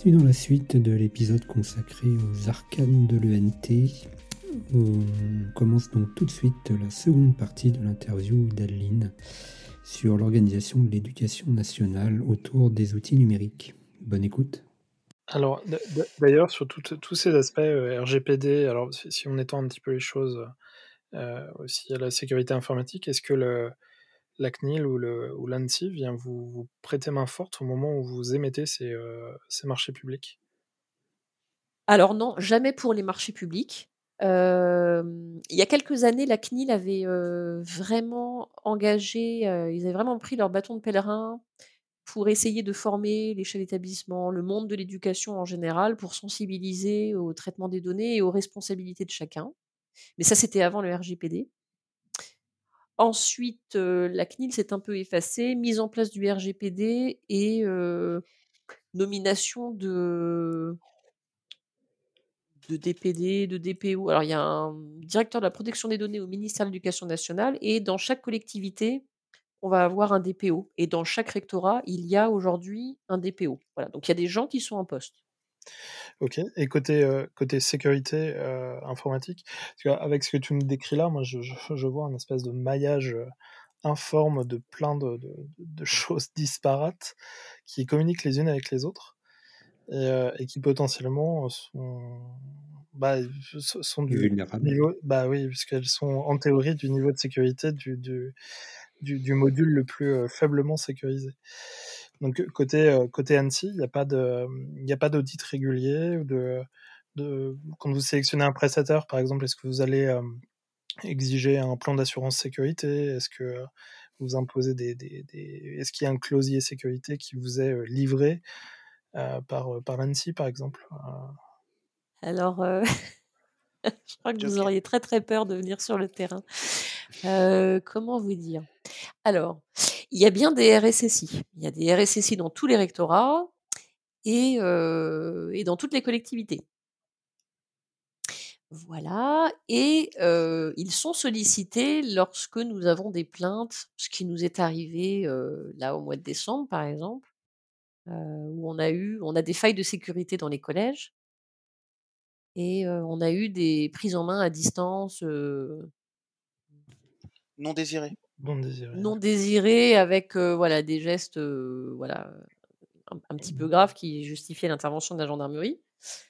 bienvenue dans la suite de l'épisode consacré aux arcanes de l'ENT. On commence donc tout de suite la seconde partie de l'interview d'Adeline sur l'organisation de l'éducation nationale autour des outils numériques. Bonne écoute. Alors, d'ailleurs, sur tous ces aspects RGPD, alors si on étend un petit peu les choses aussi à la sécurité informatique, est-ce que la CNIL ou l'ANSSI vient vous prêter main forte au moment où vous émettez ces marchés publics? Alors non, jamais pour les marchés publics. Il y a quelques années, la CNIL avait, vraiment engagé, ils avaient vraiment pris leur bâton de pèlerin pour essayer de former les chefs d'établissement, le monde de l'éducation en général, pour sensibiliser au traitement des données et aux responsabilités de chacun. Mais ça, c'était avant le RGPD. Ensuite, la CNIL s'est un peu effacée, mise en place du RGPD et nomination de DPD, de DPO. Alors, il y a un directeur de la protection des données au ministère de l'Éducation nationale et dans chaque collectivité, on va avoir un DPO et dans chaque rectorat, il y a aujourd'hui un DPO. Voilà, donc il y a des gens qui sont en poste. Ok. Et côté sécurité informatique, parce qu'avec ce que tu nous décris là, moi je vois un espèce de maillage informe de plein de choses disparates qui communiquent les unes avec les autres et qui potentiellement sont du Vulnérable. niveau, bah oui, puisqu'elles sont en théorie du niveau de sécurité du module le plus faiblement sécurisé. Donc côté Annecy, il n'y a pas d'audit régulier quand vous sélectionnez un prestataire, par exemple, est-ce que vous allez exiger un plan d'assurance sécurité? Est-ce que vous imposez est-ce qu'il y a un closier sécurité qui vous est livré par l'ANSSI, par exemple? Alors, je crois que vous Joker. auriez très, très peur de venir sur le terrain. Comment vous dire? Alors, il y a bien des RSSI. Il y a des RSSI dans tous les rectorats et dans toutes les collectivités. Voilà et ils sont sollicités lorsque nous avons des plaintes, ce qui nous est arrivé, là, au mois de décembre, par exemple, où on a des failles de sécurité dans les collèges et on a eu des prises en main à distance, Non désiré. Non désiré. non désirées avec, voilà, des gestes, voilà, un petit peu graves qui justifiaient l'intervention de la gendarmerie.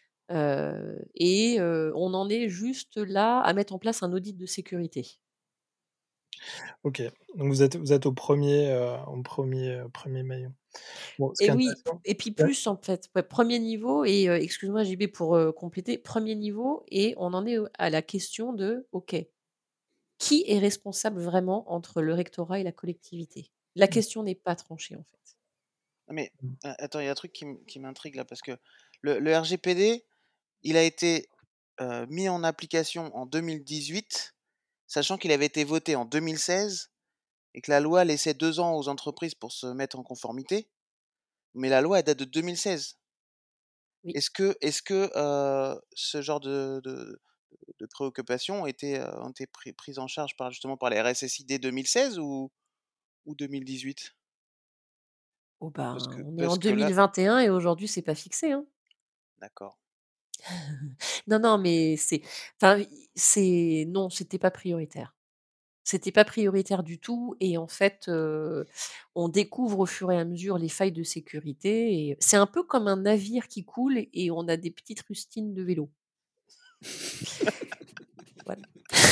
On en est juste là à mettre en place un audit de sécurité. Ok, donc vous êtes au premier maillon. Bon, ce qui Et est oui, intéressant. et puis Ouais. plus en fait, ouais, 1er niveau et excuse-moi JB pour, compléter. 1er niveau et on en est à la question de OK, qui est responsable vraiment entre le rectorat et la collectivité? La question n'est pas tranchée en fait. Non, mais attends, il y a un truc qui m'intrigue là, parce que le RGPD, il a été mis en application en 2018, sachant qu'il avait été voté en 2016 et que la loi laissait 2 ans aux entreprises pour se mettre en conformité. Mais la loi, elle date de 2016. Oui. Est-ce que ce genre de préoccupations ont été prises en charge justement par les RSSI dès 2016 ou 2018? Oh Parce ben, que, on est en parce que là, 2021 et aujourd'hui c'est pas fixé, hein. d'accord. Non, non, mais enfin, non, c'était pas prioritaire. C'était pas prioritaire du tout et en fait, on découvre au fur et à mesure les failles de sécurité et c'est un peu comme un navire qui coule et on a des petites rustines de vélo. Voilà.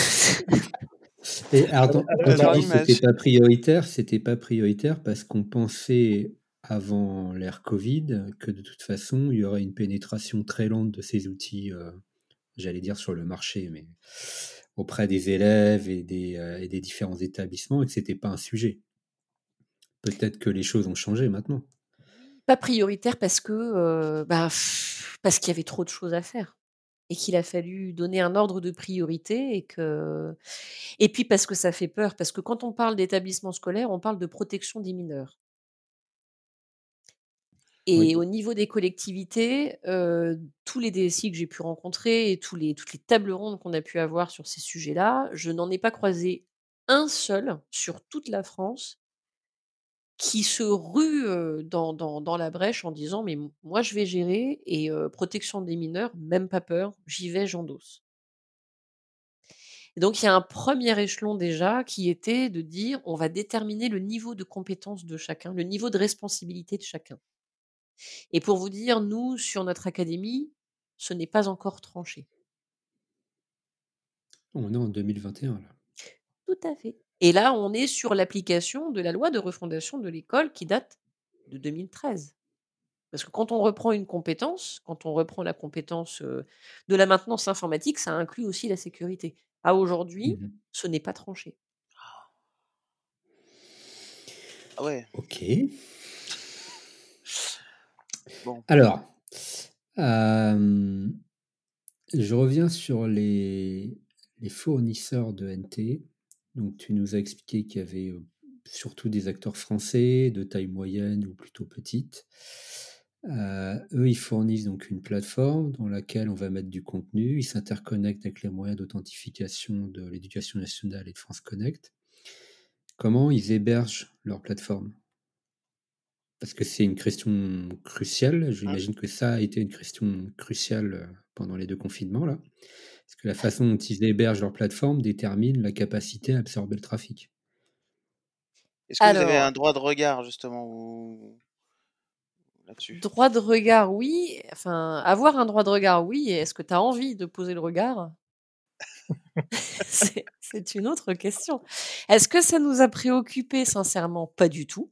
Et alors, quand tu J'adore dis l'image. c'était pas prioritaire parce qu'on pensait avant l'ère Covid que de toute façon il y aurait une pénétration très lente de ces outils, j'allais dire sur le marché, mais auprès des élèves et des différents établissements et que c'était pas un sujet. Peut-être que les choses ont changé maintenant. Pas prioritaire parce que, parce qu'il y avait trop de choses à faire et qu'il a fallu donner un ordre de priorité et puis parce que ça fait peur, parce que quand on parle d'établissement scolaire, on parle de protection des mineurs. Et Oui. au niveau des collectivités, tous les DSI que j'ai pu rencontrer et toutes les tables rondes qu'on a pu avoir sur ces sujets-là, je n'en ai pas croisé un seul sur toute la France qui se rue, dans la brèche en disant: «Mais moi je vais gérer et protection des mineurs, même pas peur, j'y vais, j'endosse». Et donc il y a un premier échelon déjà qui était de dire: «On va déterminer le niveau de compétence de chacun, le niveau de responsabilité de chacun». Et pour vous dire, nous, sur notre académie, ce n'est pas encore tranché. On est en 2021 là. Tout à fait. Et là, on est sur l'application de la loi de refondation de l'école qui date de 2013. Parce que quand on reprend une compétence, quand on reprend la compétence, de la maintenance informatique, ça inclut aussi la sécurité. À aujourd'hui, Mmh. ce n'est pas tranché. Ah ouais, OK. bon. Alors, hem, je reviens sur les fournisseurs de NT. Donc tu nous as expliqué qu'il y avait, surtout des acteurs français de taille moyenne ou plutôt petite. Eux, ils fournissent donc une plateforme dans laquelle on va mettre du contenu. Ils s'interconnectent avec les moyens d'authentification de l'éducation nationale et de France Connect. Comment ils hébergent leur plateforme? Parce que c'est une question cruciale. Mmh. J'imagine que ça a été une question cruciale, pendant les 2 confinements là. Parce que la façon dont ils hébergent leur plateforme détermine la capacité à absorber le trafic. Est-ce que vous avez Alors, un droit de regard justement là-dessus? droit de regard, oui, enfin, avoir un droit de regard, oui, et est-ce que tu as envie de poser le regard? C'est une autre question. Est-ce que ça nous a préoccupés? Sincèrement, pas du tout.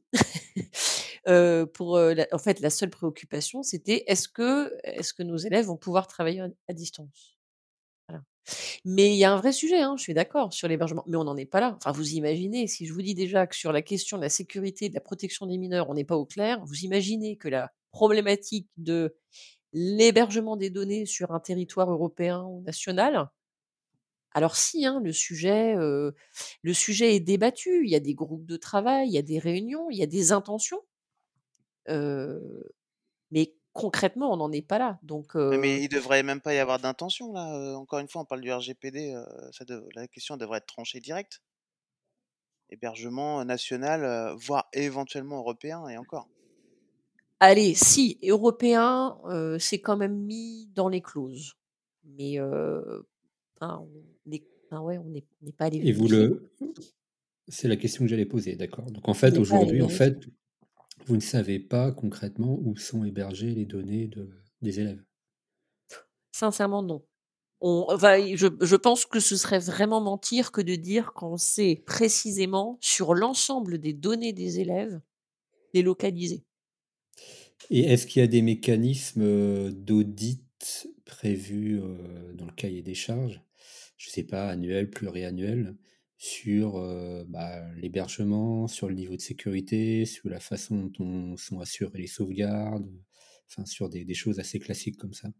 La en fait, la seule préoccupation, c'était est-ce que nos élèves vont pouvoir travailler à distance? Voilà. Mais il y a un vrai sujet, hein, je suis d'accord, sur l'hébergement, mais on n'en est pas là. Enfin, vous imaginez, si je vous dis déjà que sur la question de la sécurité, de la protection des mineurs, on n'est pas au clair, vous imaginez que la problématique de l'hébergement des données sur un territoire européen ou national, alors si, hein, le sujet est débattu, il y a des groupes de travail, il y a des réunions, il y a des intentions, heu, mais concrètement, on n'en est pas là. Donc Mais il devrait même pas y avoir d'intention là, encore une fois, on parle du RGPD, la question devrait être tranchée direct. Hébergement, national, voire éventuellement européen et encore. allez, si, européen, c'est quand même mis dans les clauses. Mais enfin, on n'est pas allé Et vous vérifier. le c'est la question que j'allais poser, d'accord. Donc en On fait, n'est pas allé aujourd'hui, en vérifier. fait, vous ne savez pas concrètement où sont hébergées les données des élèves? Sincèrement, non. Enfin, je pense que ce serait vraiment mentir que de dire qu'on sait précisément sur l'ensemble des données des élèves, les localiser. Et est-ce qu'il y a des mécanismes, d'audit prévus, dans le cahier des charges? Je sais pas, annuel, pluriannuel, sur, l'hébergement, sur le niveau de sécurité, sur la façon dont sont assurées les sauvegardes, enfin sur des choses assez classiques comme ça?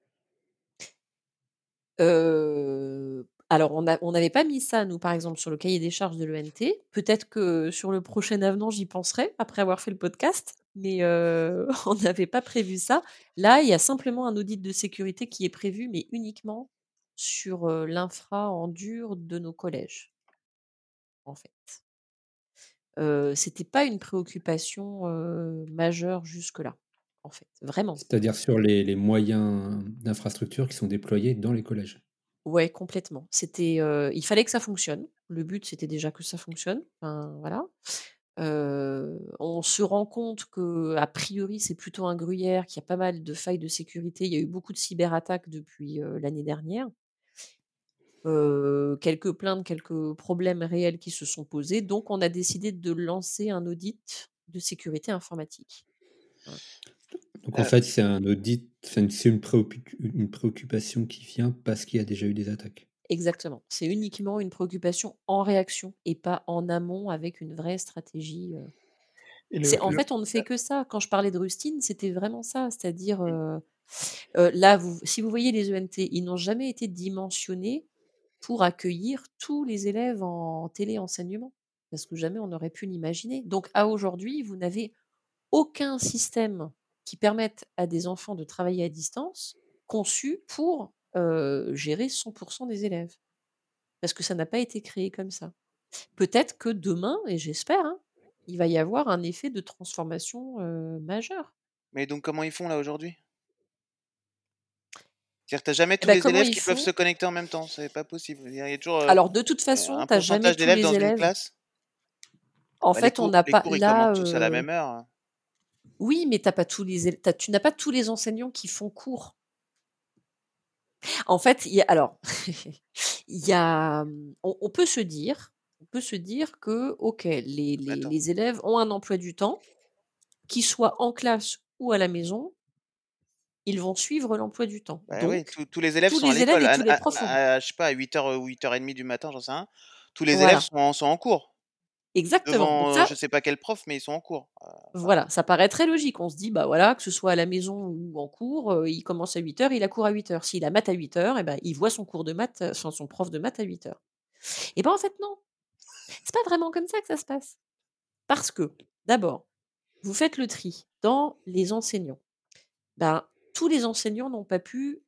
Alors on n'avait pas mis ça nous, par exemple, sur le cahier des charges de l'ENT. Peut-être que sur le prochain avenant, j'y penserai après avoir fait le podcast, mais on n'avait pas prévu ça. Là, il y a simplement un audit de sécurité qui est prévu, mais uniquement sur, l'infra en dur de nos collèges, en fait. C'était pas une préoccupation, majeure jusque-là, en fait, vraiment. C'est-à-dire sur les moyens d'infrastructure qui sont déployés dans les collèges? Ouais, complètement. Il fallait que ça fonctionne. Le but, c'était déjà que ça fonctionne. Enfin, voilà. On se rend compte que a priori, c'est plutôt un gruyère, qu'il y a pas mal de failles de sécurité. Il y a eu beaucoup de cyberattaques depuis, l'année dernière. Quelques plaintes, quelques problèmes réels qui se sont posés, donc on a décidé de lancer un audit de sécurité informatique. Voilà. Donc en Heu, fait, c'est un audit, enfin, c'est une préoccupation qui vient parce qu'il y a déjà eu des attaques. Exactement. C'est uniquement une préoccupation en réaction et pas en amont avec une vraie stratégie. Et C'est en le fait, on ne fait que ça. Quand je parlais de rustine, c'était vraiment ça. C'est-à-dire, là, si vous voyez les ENT, ils n'ont jamais été dimensionnés pour accueillir tous les élèves en téléenseignement, parce que jamais on aurait pu l'imaginer. Donc à aujourd'hui, vous n'avez aucun système qui permette à des enfants de travailler à distance conçu pour, gérer 100 des élèves, parce que ça n'a pas été créé comme ça. Peut-être que demain, et j'espère, hein, il va y avoir un effet de transformation majeur. Mais donc, comment ils font là aujourd'hui? C'est-à-dire que t'as jamais Eh tous ben, les comment élèves ils qui peuvent font? se connecter en même temps, c'est pas possible. Il y a toujours Alors, de toute façon, un tu jamais pourcentage tous d'élèves les dans une élèves. classe. En Bah, fait, on n'a les pas cours, ils commencent là. tous à la même heure. Oui, mais t'as pas tous les éle tu n'as pas tous les enseignants qui font cours. En fait, il y a alors, il y a, on peut se dire que, OK, Attends. les élèves ont un emploi du temps, qu'ils soient en classe ou à la maison, ils vont suivre l'emploi du temps. Bah oui, Donc tous les élèves tous sont à les élèves l'école. et tous les profs vont. Je sais pas, à 8h ou 8h30 du matin, j'en sais rien. Tous les élèves Voilà, sont en cours. exactement. Donc Devant, ça, je sais pas quel prof, mais ils sont en cours. Voilà. voilà, ça paraît très logique. On se dit, bah voilà, que ce soit à la maison ou en cours, il commence à 8 heures, il a cours à 8 heures. S'il a maths à 8 heures, eh ben, il voit son cours de maths, enfin son prof de maths à 8 heures. Et ben en fait, non, c'est pas vraiment comme ça que ça se passe. Parce que, d'abord, vous faites le tri dans les enseignants. Ben, tous les enseignants n'ont pas pu.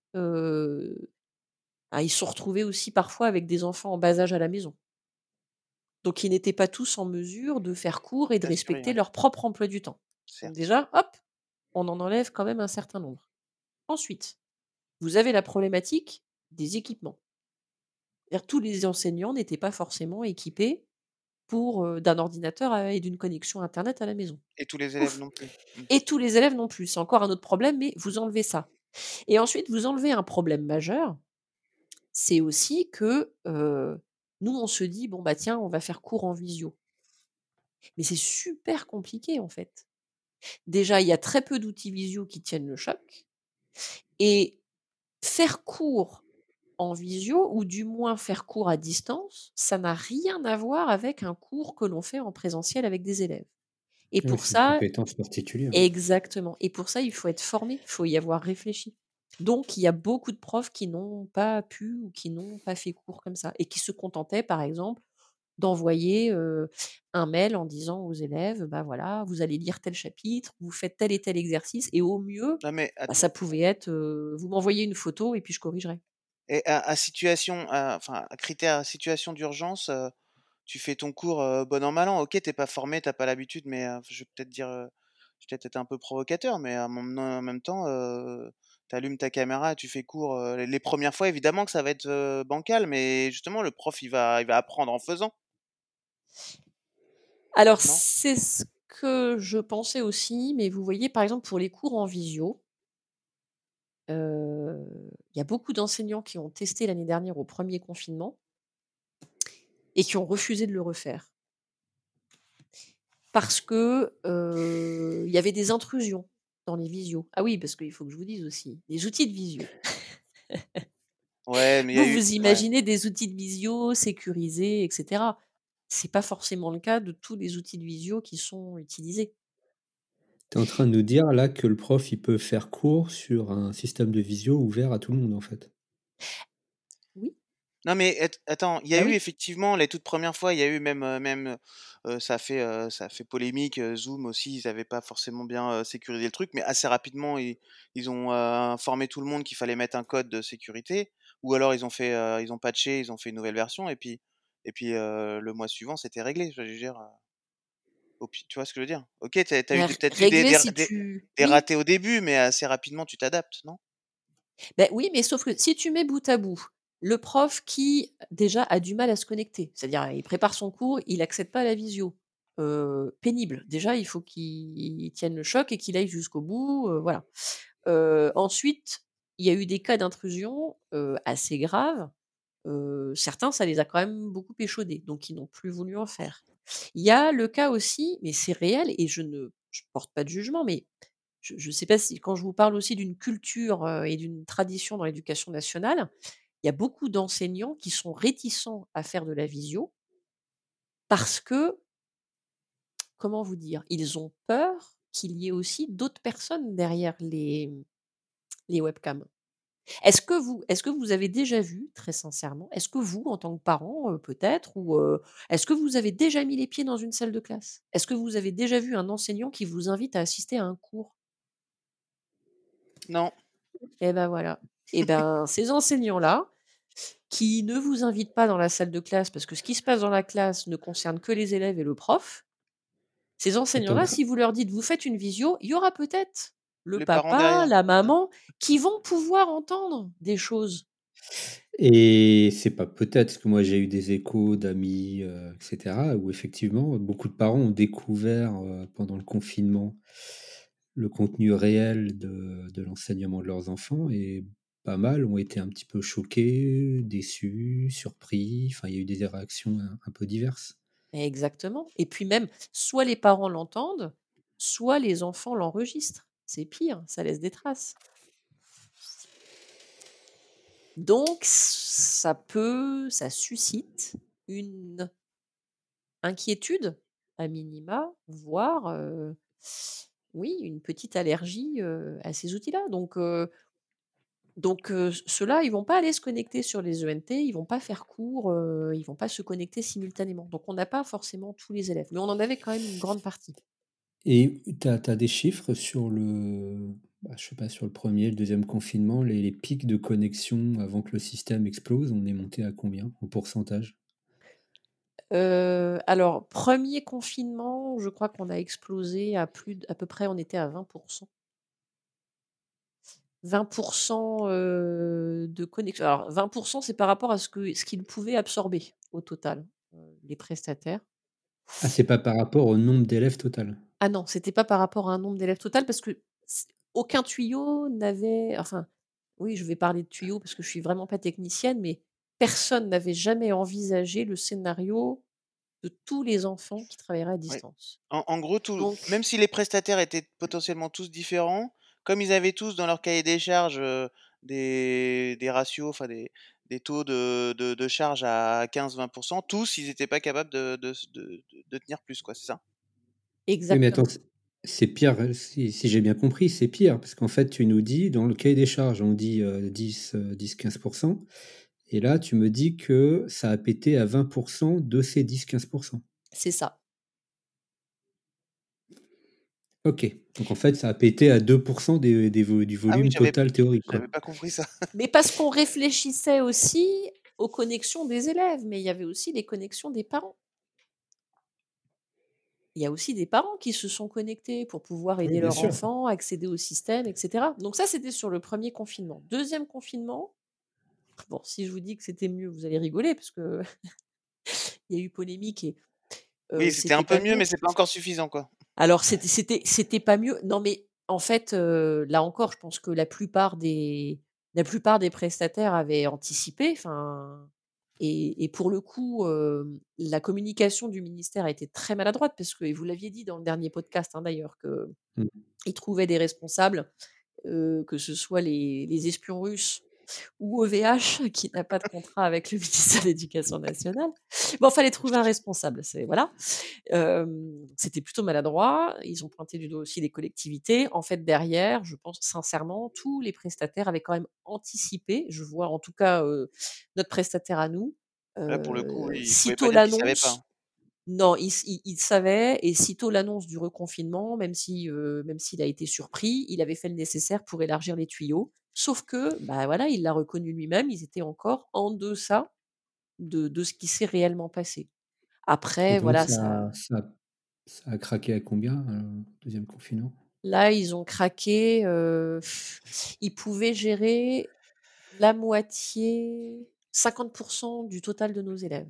Ils se sont retrouvés aussi parfois avec des enfants en bas âge à la maison. Donc, ils n'étaient pas tous en mesure de faire cours et de Bien sûr, respecter leur propre emploi du temps. Donc, certes. déjà, hop, on en enlève quand même un certain nombre. Ensuite, vous avez la problématique des équipements. C'est-à-dire, tous les enseignants n'étaient pas forcément équipés d'un ordinateur et d'une connexion internet à la maison. Et tous les élèves Ouf! non plus. Et tous les élèves non plus. C'est encore un autre problème, mais vous enlevez ça. Et ensuite, vous enlevez un problème majeur, c'est aussi que, nous, on se dit: «Bon, bah, tiens, on va faire cours en visio». Mais c'est super compliqué, en fait. Déjà, il y a très peu d'outils visio qui tiennent le choc et faire cours en visio ou du moins faire cours à distance, ça n'a rien à voir avec un cours que l'on fait en présentiel avec des élèves. Et Ouais, pour c'est une ça compétence particulière. exactement. Et pour ça, il faut être formé, il faut y avoir réfléchi. Donc il y a beaucoup de profs qui n'ont pas pu ou qui n'ont pas fait cours comme ça et qui se contentaient, par exemple, d'envoyer, un mail en disant aux élèves: «Bah, voilà, vous allez lire tel chapitre, vous faites tel et tel exercice» et au mieux, Non, mais bah, ça pouvait être, «Vous m'envoyez une photo et puis je corrigerai». et enfin, à critère, à situation d'urgence, tu fais ton cours bon an, mal an. Ok, t'es pas formé, t'as pas l'habitude, mais je vais peut-être dire, je vais peut-être être un peu provocateur, mais en même temps, tu allumes ta caméra et tu fais cours. Les premières fois, évidemment que ça va être bancal, mais justement, le prof, il va apprendre en faisant, Alors non? c'est ce que je pensais aussi, mais vous voyez, par exemple, pour les cours en visio, il y a beaucoup d'enseignants qui ont testé l'année dernière au premier confinement et qui ont refusé de le refaire. Parce que, il y avait des intrusions dans les visios. Ah oui, parce qu'il faut que je vous dise aussi, les outils de visio. Ouais, mais il y a Vous, eu, vous ouais. imaginez des outils de visio sécurisés et cetera. C'est pas forcément le cas de tous les outils de visio qui sont utilisés. Tu es en train de nous dire là que le prof, il peut faire cours sur un système de visio ouvert à tout le monde, en fait? Oui, Non, mais attends, il y a bah eu oui. effectivement les toutes premières fois, il y a eu même, ça a fait polémique, Zoom aussi, ils avaient pas forcément bien, sécurisé le truc, mais assez rapidement, ils ont, informé tout le monde qu'il fallait mettre un code de sécurité ou alors ils ont patché, ils ont fait une nouvelle version le mois suivant, c'était réglé. Je veux dire, au pi tu vois ce que je veux dire? OK, tu as eu Bah, peut-être eu régler si tu des oui. ratés au début, mais assez rapidement tu t'adaptes, non? Beh, oui, mais sauf que si tu mets bout à bout, le prof qui déjà a du mal à se connecter, c'est-à-dire il prépare son cours, il accède pas à la visio, pénible. Déjà, il faut qu'il tienne le choc et qu'il aille jusqu'au bout, voilà. Ensuite, il y a eu des cas d'intrusion, assez graves, certains, ça les a quand même beaucoup échaudés, donc ils n'ont plus voulu en faire. Il y a le cas aussi, mais c'est réel et je porte pas de jugement, mais je ne sais pas si quand je vous parle aussi d'une culture, et d'une tradition dans l'éducation nationale, il y a beaucoup d'enseignants qui sont réticents à faire de la visio parce que, comment vous dire? Ils ont peur qu'il y ait aussi d'autres personnes derrière les webcams. Est-ce que vous avez déjà vu, très sincèrement, est-ce que vous, en tant que parent, peut-être ou, est-ce que vous avez déjà mis les pieds dans une salle de classe? Est-ce que vous avez déjà vu un enseignant qui vous invite à assister à un cours? Non. Eh ben, voilà. Et ben, ces enseignants-là, qui ne vous invitent pas dans la salle de classe parce que ce qui se passe dans la classe ne concerne que les élèves et le prof, Ces enseignants-là, Attends, si vous leur dites: «Vous faites une visio», il y aura peut-être le Les parents papa, derrière. la maman qui vont pouvoir entendre des choses. et c'est pas peut-être, parce que moi j'ai eu des échos d'amis, et cetera, où effectivement beaucoup de parents ont découvert, pendant le confinement, le contenu réel de l'enseignement de leurs enfants, et pas mal ont été un petit peu choqués, déçus, surpris, enfin il y a eu des réactions un peu diverses. Exactement, et puis même, soit les parents l'entendent, soit les enfants l'enregistrent. C'est pire, ça laisse des traces. Donc ça suscite une inquiétude, à minima, voire, oui, une petite allergie, à ces outils-là. Donc ceux-là, ils vont pas aller se connecter sur les ENT, ils vont pas faire cours, ils vont pas se connecter simultanément. Donc on n'a pas forcément tous les élèves, mais on en avait quand même une grande partie. Et tu as des chiffres sur je sais pas, sur le premier, le deuxième confinement, les pics de connexion avant que le système explose, on est monté à combien en pourcentage? Alors 1er confinement, je crois qu'on a explosé à peu près, on était à 20%. 20%, de connexion. Alors 20%, c'est par rapport à ce qu'ils pouvaient absorber au total, les prestataires. Ah, c'est pas par rapport au nombre d'élèves total? Ah non, c'était pas par rapport à un nombre d'élèves total parce que aucun tuyau n'avait, enfin, oui, je vais parler de tuyaux parce que je suis vraiment pas technicienne, mais personne n'avait jamais envisagé le scénario de tous les enfants qui travailleraient à Ouais. distance. En gros, même Donc si les prestataires étaient potentiellement tous différents, comme ils avaient tous dans leur cahier des charges des ratios, enfin des taux de charge à 15-20%, tous, ils n'étaient pas capables de tenir plus, quoi, c'est ça? Oui, mais attends, exactement, c'est pire, si j'ai bien compris, c'est pire parce qu'en fait, tu nous dis dans le cahier des charges, on dit, 10-15, et là, tu me dis que ça a pété à 20 de ces 10-15. c'est ça. OK, donc en fait, ça a pété à 2 du Ah oui, volume total théorique, quoi. j'avais pas compris ça. Mais parce qu'on réfléchissait aussi aux connexions des élèves, mais il y avait aussi les connexions des parents. Il y a aussi des parents qui se sont connectés pour pouvoir Oui, aider bien leur sûr. enfant, accéder au système, et cetera. Donc ça, c'était sur le 1er confinement. 2e confinement, bon, si je vous dis que c'était mieux, vous allez rigoler parce que il y a eu polémique et Oui, c'était un c'était peu pas mieux, mieux. mais c'est pas encore suffisant, quoi. Alors c'était pas mieux. Non, mais en fait, là encore, je pense que la plupart des prestataires avaient anticipé, enfin, et pour le coup, la communication du ministère a été très maladroite parce que, et vous l'aviez dit dans le dernier podcast, hein, d'ailleurs, Mmh. qu'ils trouvaient des responsables, que ce soit les espions russes ou OVH qui n'a pas de contrat avec le ministère de l'Éducation nationale. Bon, fallait trouver un responsable, c'est voilà. C'était plutôt maladroit. Ils ont pointé du doigt aussi les collectivités. En fait, derrière, je pense sincèrement, tous les prestataires avaient quand même anticipé. Je vois en tout cas, notre prestataire à nous, Là, pour le coup, oui, ils pouvaient pas sitôt dire qu'ils savaient pas, l'annonce, hein. non, il savait, et sitôt l'annonce du reconfinement, même s'il a été surpris, il avait fait le nécessaire pour élargir les tuyaux. Sauf que, bah, voilà, il l'a reconnu lui-même, ils étaient encore en deçà de ce qui s'est réellement passé. Et Après, donc voilà, ça a craqué à combien, 2e confinement? là, ils ont craqué, ils pouvaient gérer la moitié, 50% du total de nos élèves,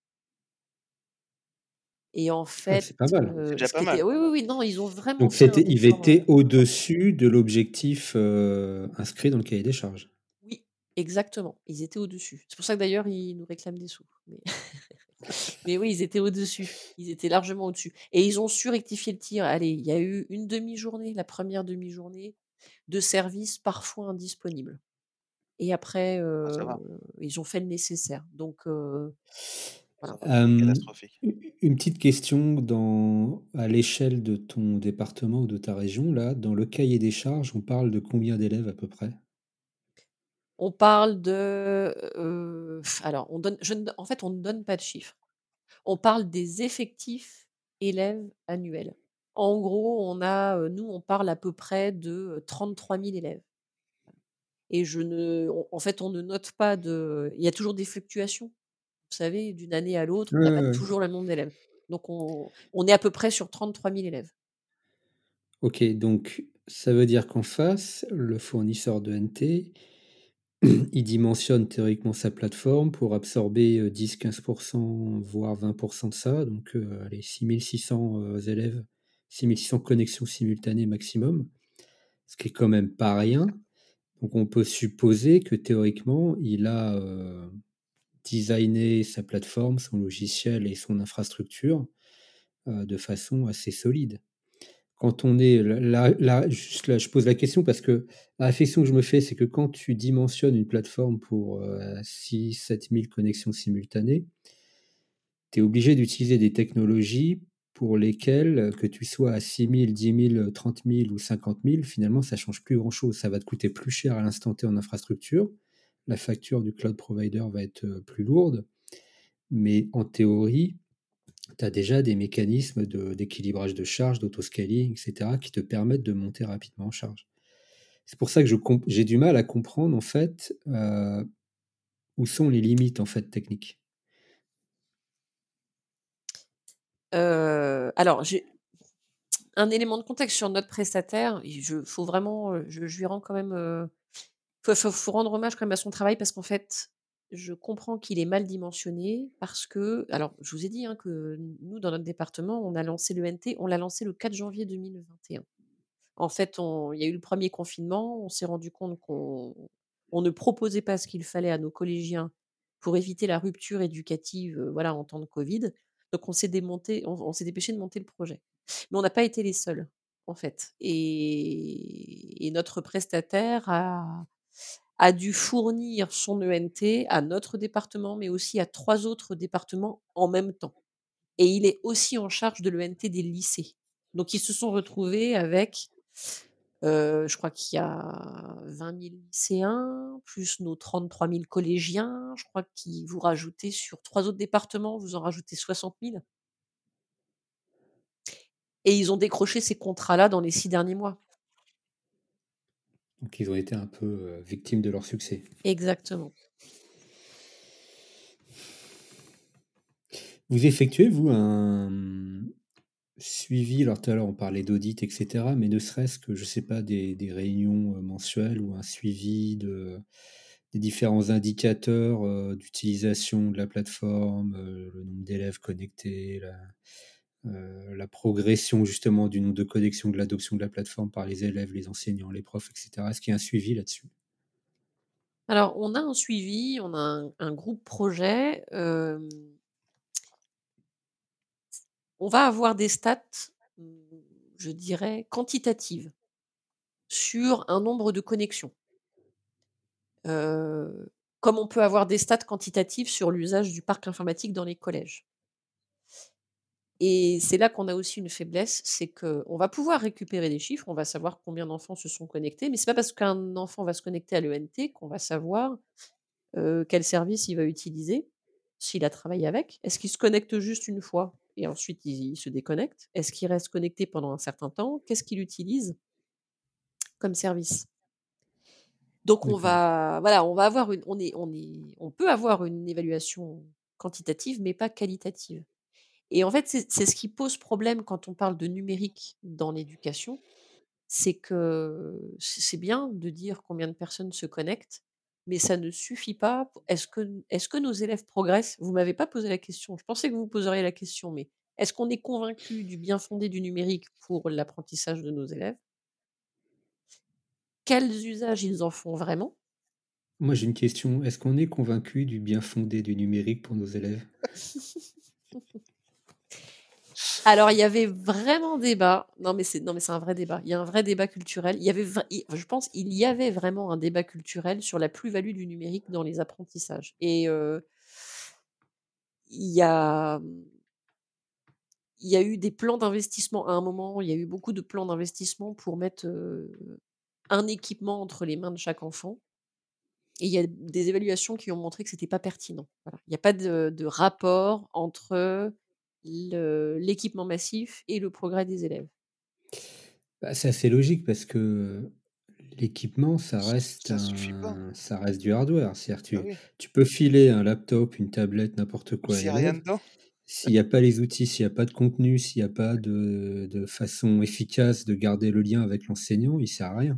et en Ah, fait, c'est pas mal. C'est déjà ce pas qui était, mal. oui, oui, oui, non, ils ont vraiment Donc fait un ils effort, étaient au-dessus de l'objectif, inscrit dans le cahier des charges? oui, exactement, ils étaient au-dessus. C'est pour ça que d'ailleurs ils nous réclament des sous, mais mais oui, ils étaient au-dessus, ils étaient largement au-dessus, et ils ont su rectifier le tir. Allez, il y a eu une demi-journée, la première demi-journée de service parfois indisponible. Et après, Ah, ça va, ils ont fait le nécessaire. Donc, voilà. ça va, c'est pas catastrophique. Une petite question à l'échelle de ton département ou de ta région, là, dans le cahier des charges, on parle de combien d'élèves à peu près? On parle de, alors on donne je ne en fait, on ne donne pas de chiffres. On parle des effectifs élèves annuels. En gros, nous, on parle à peu près de, 33 000 élèves, et je ne on en fait, on ne note pas il y a toujours des fluctuations. Vous savez, d'une année à l'autre, Ouais, on n'a ouais, pas ouais. toujours le nombre d'élèves. Donc on est à peu près sur 33 000 élèves. Ok, donc ça veut dire qu'en face, le fournisseur de NT, il dimensionne théoriquement sa plateforme pour absorber 10-15%, voire 20% de ça, donc allez, 6600 élèves, 6600 connexions simultanées maximum, ce qui est quand même pas rien. Donc on peut supposer que théoriquement, il a designé sa plateforme, son logiciel et son infrastructure de façon assez solide. Quand on est là, juste là, je pose la question parce que la réflexion que je me fais, c'est que quand tu dimensionnes une plateforme pour 6-7 000 connexions simultanées, tu es obligé d'utiliser des technologies pour lesquelles, que tu sois à 6 000, 10 000, 30 000 ou 50 000, finalement, ça ne change plus grand-chose. Ça va te coûter plus cher à l'instant T en infrastructure. La facture du cloud provider va être plus lourde. Mais en théorie, tu as déjà des mécanismes d'équilibrage de charge, d'autoscaling, etc., qui te permettent de monter rapidement en charge. C'est pour ça que j'ai du mal à comprendre, en fait, où sont les limites, en fait, techniques. Alors, j'ai un élément de contexte sur notre prestataire. Faut vraiment, je lui rends quand même. Faut rendre hommage quand même à son travail parce qu'en fait, je comprends qu'il est mal dimensionné parce que, alors, je vous ai dit que nous, dans notre département, on a lancé le NT, on l'a lancé le 4 janvier 2021. En fait, il y a eu le premier confinement, on s'est rendu compte qu'on ne proposait pas ce qu'il fallait à nos collégiens pour éviter la rupture éducative, voilà, en temps de Covid. Donc on s'est dépêché de monter le projet. Mais on n'a pas été les seuls, en fait. Et notre prestataire a dû fournir son ENT à notre département, mais aussi à 3 autres départements en même temps. Et il est aussi en charge de l'ENT des lycées. Donc ils se sont retrouvés avec, je crois qu'il y a 20 000 lycéens, plus nos 33 000 collégiens. Je crois qu'ils vous rajoutez sur 3 autres départements, vous en rajoutez 60 000. Et ils ont décroché ces contrats-là dans les 6 derniers mois. Donc ils ont été un peu victimes de leur succès. Exactement. Vous effectuez, vous, un suivi, alors tout à l'heure on parlait d'audit, etc., mais ne serait-ce que, je ne sais pas, des réunions mensuelles ou un suivi des différents indicateurs d'utilisation de la plateforme, le nombre d'élèves connectés, la progression justement du nombre de connexions, de l'adoption de la plateforme par les élèves, les enseignants, les profs, etc. Est-ce qu'il y a un suivi là-dessus? Alors on a un suivi, on a un groupe projet, on va avoir des stats, je dirais quantitatives sur un nombre de connexions. Comme on peut avoir des stats quantitatives sur l'usage du parc informatique dans les collèges. Et c'est là qu'on a aussi une faiblesse, c'est qu'on va pouvoir récupérer des chiffres, on va savoir combien d'enfants se sont connectés, mais c'est pas parce qu'un enfant va se connecter à l'ENT qu'on va savoir quel service il va utiliser, s'il a travaillé avec. Est-ce qu'il se connecte juste une fois et ensuite il se déconnecte? Est-ce qu'il reste connecté pendant un certain temps? Qu'est-ce qu'il utilise comme service? Donc on D'accord. va voilà, on va avoir on peut avoir une évaluation quantitative, mais pas qualitative. Et en fait, c'est ce qui pose problème quand on parle de numérique dans l'éducation, c'est que c'est bien de dire combien de personnes se connectent, mais ça ne suffit pas. Est-ce que nos élèves progressent? Vous m'avez pas posé la question. Je pensais que vous vous poseriez la question, mais est-ce qu'on est convaincu du bien-fondé du numérique pour l'apprentissage de nos élèves? Quels usages ils en font vraiment? Moi j'ai une question. Est-ce qu'on est convaincu du bien fondé du numérique pour nos élèves? Alors, il y avait vraiment débat. Non, mais c'est un vrai débat. Il y a un vrai débat culturel. Je pense il y avait vraiment un débat culturel sur la plus-value du numérique dans les apprentissages. Et il y a, il y a eu des plans d'investissement. À un moment, il y a eu beaucoup de plans d'investissement pour mettre un équipement entre les mains de chaque enfant. Et il y a des évaluations qui ont montré que c'était pas pertinent. Voilà. Il n'y a pas de rapport entre l'équipement massif et le progrès des élèves. Bah, c'est assez logique parce que l'équipement, Ça suffit pas. ça reste du hardware. C'est-à-dire Bah oui. tu peux filer un laptop, une tablette, n'importe quoi à S'il y a rien l'élève. dedans. s'il n'y a pas les outils, s'il n'y a pas de contenu, s'il n'y a pas de façon efficace de garder le lien avec l'enseignant, il ne sert à rien.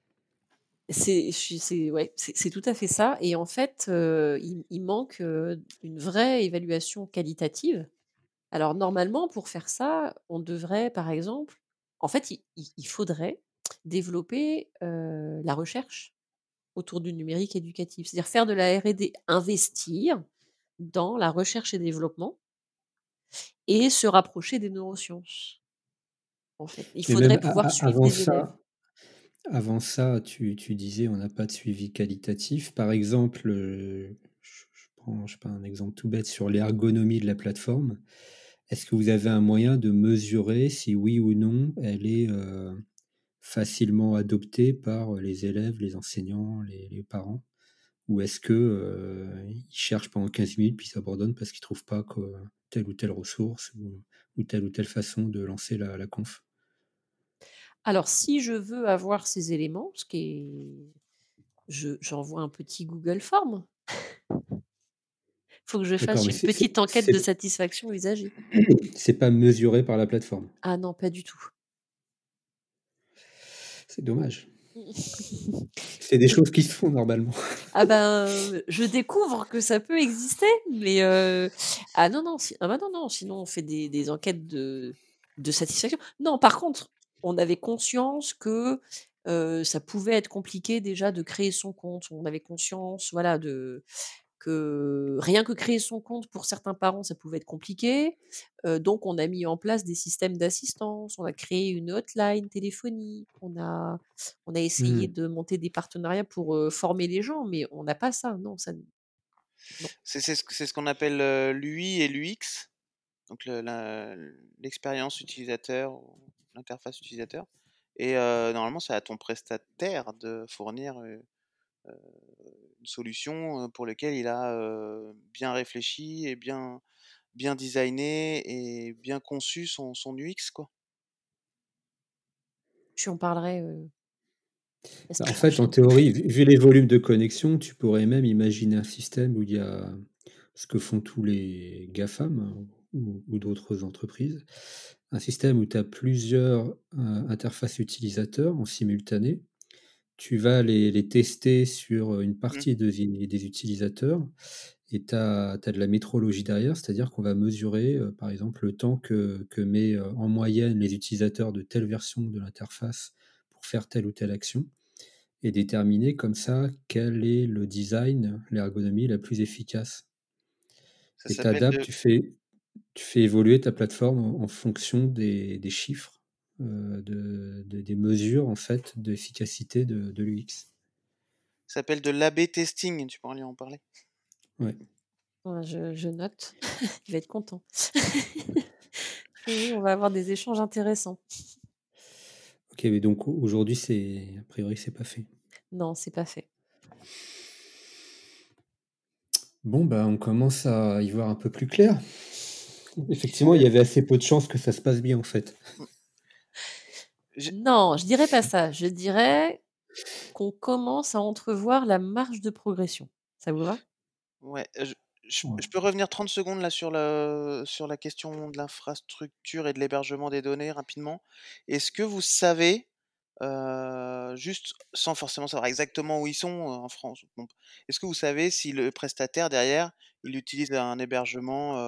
C'est tout à fait ça et en fait, il manque, une vraie évaluation qualitative. Alors normalement, pour faire ça, on devrait, par exemple en fait, il faudrait développer, la recherche autour du numérique éducatif. C'est-à-dire faire de la R&D, investir dans la recherche et développement et se rapprocher des neurosciences, en fait. Il Mais faudrait même pouvoir suivre les élèves. avant ça, tu disais on n'a pas de suivi qualitatif. Par exemple, je prends, je sais pas, un exemple tout bête sur l'ergonomie de la plateforme. Est-ce que vous avez un moyen de mesurer si oui ou non elle est facilement adoptée par les élèves, les enseignants, les parents? Ou est-ce que ils cherchent pendant 15 minutes puis s'abandonnent parce qu'ils trouvent pas que telle ou telle ressource ou telle ou telle façon de lancer la conf? Alors si je veux avoir ces éléments, ce qui est j'envoie un petit Google Form. Faut que je D'accord, fasse mais une petite enquête de satisfaction usager. c'est pas mesuré par la plateforme. Ah non, pas du tout. C'est dommage. C'est des choses qui se font normalement. Ah ben, je découvre que ça peut exister, mais ah non, non, ah bah non, non, sinon on fait des enquêtes de satisfaction. Non, par contre, on avait conscience que, ça pouvait être compliqué déjà de créer son compte. On avait conscience, voilà, que rien que créer son compte pour certains parents, ça pouvait être compliqué. Donc on a mis en place des systèmes d'assistance, on a créé une hotline téléphonique, on a essayé Mmh. de monter des partenariats pour, former les gens, mais on n'a pas ça, non, ça non. C'est ce qu'on appelle l'UI et l'UX, donc l'expérience utilisateur ou l'interface utilisateur. Et normalement, c'est à ton prestataire de fournir une solution pour laquelle il a bien réfléchi et bien designé et bien conçu son UX, quoi. Je en parlerai, la Bah, en semaine fait, en prochaine. théorie, vu les volumes de connexion, tu pourrais même imaginer un système où il y a ce que font tous les GAFAM ou d'autres entreprises, un système où tu as plusieurs interfaces utilisateurs en simultané. Tu vas les tester sur une Mm. partie des utilisateurs et tu as de la métrologie derrière, c'est-à-dire qu'on va mesurer, par exemple, le temps que met en moyenne les utilisateurs de telle version de l'interface pour faire telle ou telle action et déterminer comme ça quel est le design, l'ergonomie la plus efficace. Ça Et tu s'appelle adaptes, de, tu fais évoluer ta plateforme en fonction des chiffres, des mesures en fait d'efficacité de l'UX. ça s'appelle de l'A/B testing, tu pourras lui en parler. Ouais. Ouais, je note. Il va être content. Oui, on va avoir des échanges intéressants. Ok, mais donc aujourd'hui, a priori, c'est pas fait. Non, c'est pas fait. Bon, bah, on commence à y voir un peu plus clair. Effectivement, il y avait assez peu de chances que ça se passe bien en fait. J'ai- Non, je dirais pas ça. Je dirais qu'on commence à entrevoir la marge de progression. Ça vous va? Ouais, Ouais. je peux revenir 30 secondes là sur la question de l'infrastructure et de l'hébergement des données rapidement. Est-ce que vous savez, juste sans forcément savoir exactement où ils sont en France, bon, est-ce que vous savez si le prestataire derrière, il utilise un hébergement,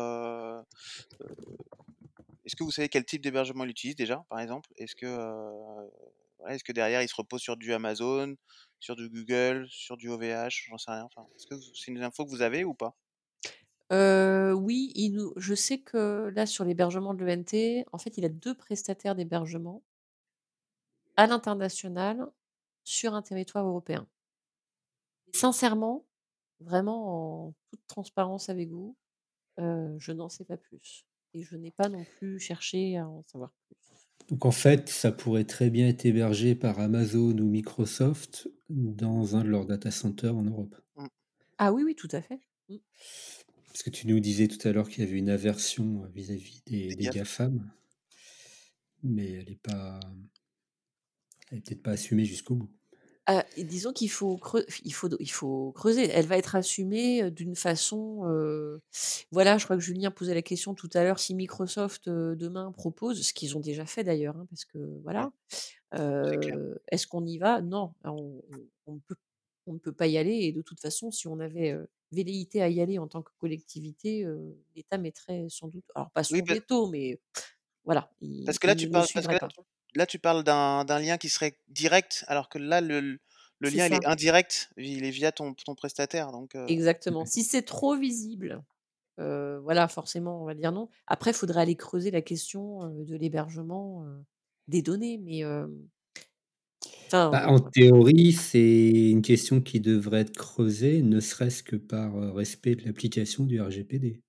est-ce que vous savez quel type d'hébergement il utilise déjà, par exemple? Voilà, est-ce que derrière il se repose sur du Amazon, sur du Google, sur du OVH? J'en sais rien. Enfin, est-ce que c'est une info que vous avez ou pas? Oui, je sais que là, sur l'hébergement de l'ENT, en fait, il a 2 prestataires d'hébergement à l'international sur un territoire européen. Et sincèrement, vraiment en toute transparence avec vous, je n'en sais pas plus et je n'ai pas non plus cherché à en savoir plus. Donc en fait, ça pourrait très bien être hébergé par Amazon ou Microsoft dans un de leurs data centers en Europe. Mmh. Ah oui, oui, tout à fait. Mmh. Parce que tu nous disais tout à l'heure qu'il y avait une aversion vis-à-vis Des des gaffes. GAFAM, mais elle est peut-être pas assumée jusqu'au bout. Et disons qu'il faut il faut creuser. Elle va être assumée, d'une façon, voilà, je crois que Julien posait la question tout à l'heure, si Microsoft, demain propose, ce qu'ils ont déjà fait d'ailleurs, hein, parce que Ouais, voilà, c'est clair. est-ce qu'on y va? Non, on ne peut pas y aller et de toute façon, si on avait, velléité à y aller en tant que collectivité, l'État mettrait sans doute alors pas Oui, son veto, mais voilà, parce que là, il ne suivrait pas. là, tu parles d'un lien qui serait direct, alors que là, le C'est lien, il est ça, indirect, il est via ton prestataire. Donc, exactement. Si c'est trop visible, voilà, forcément, on va dire non. Après, il faudrait aller creuser la question, de l'hébergement, des données, mais Bah, enfin, en théorie, c'est une question qui devrait être creusée, ne serait-ce que par, respect de l'application du RGPD.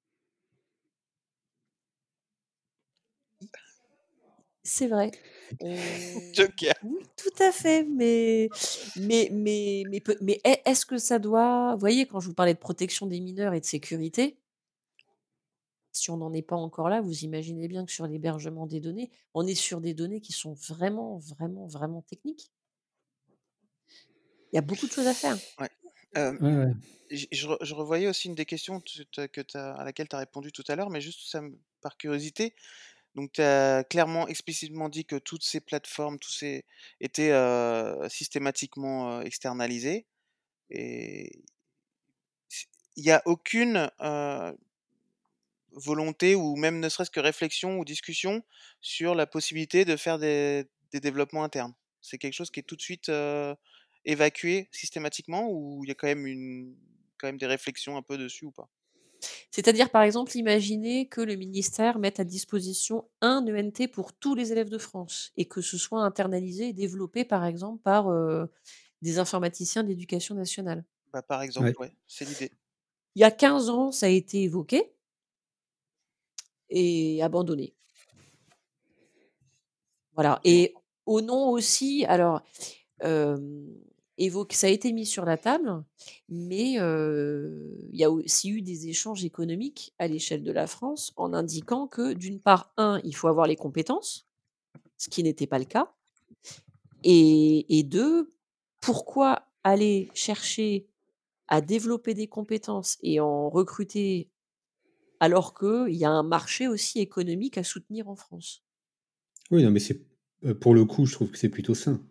c'est vrai. On Joker. Oui, tout à fait, mais est-ce que ça doit vous voyez, quand je vous parlais de protection des mineurs et de sécurité, si on n'en est pas encore là, vous imaginez bien que sur l'hébergement des données, on est sur des données qui sont vraiment, vraiment, vraiment techniques. Il y a beaucoup de choses à faire. Ouais. Euh, Ouais, ouais. je revoyais aussi une des questions à laquelle tu as répondu tout à l'heure, mais juste par curiosité. Donc, tu as clairement, explicitement dit que toutes ces plateformes, tous ces étaient systématiquement externalisés. Et il n'y a aucune volonté ou même ne serait-ce que réflexion ou discussion sur la possibilité de faire des développements internes. C'est quelque chose qui est tout de suite évacué systématiquement, ou il y a quand même des réflexions un peu dessus ou pas? C'est-à-dire, par exemple, imaginez que le ministère mette à disposition un ENT pour tous les élèves de France et que ce soit internalisé et développé, par exemple, par, des informaticiens de l'éducation nationale. Bah, par exemple, Ouais. ouais, c'est l'idée. Il y a 15 ans, ça a été évoqué et abandonné. Voilà Et et au nom aussi alors, hem, évoqué ça a été mis sur la table, mais il y a aussi eu des échanges économiques à l'échelle de la France en indiquant que d'une part, il faut avoir les compétences, ce qui n'était pas le cas et 2, pourquoi aller chercher à développer des compétences et en recruter alors qu'il y a un marché aussi économique à soutenir en France? Oui, non, mais pour le coup, je trouve que c'est plutôt sain.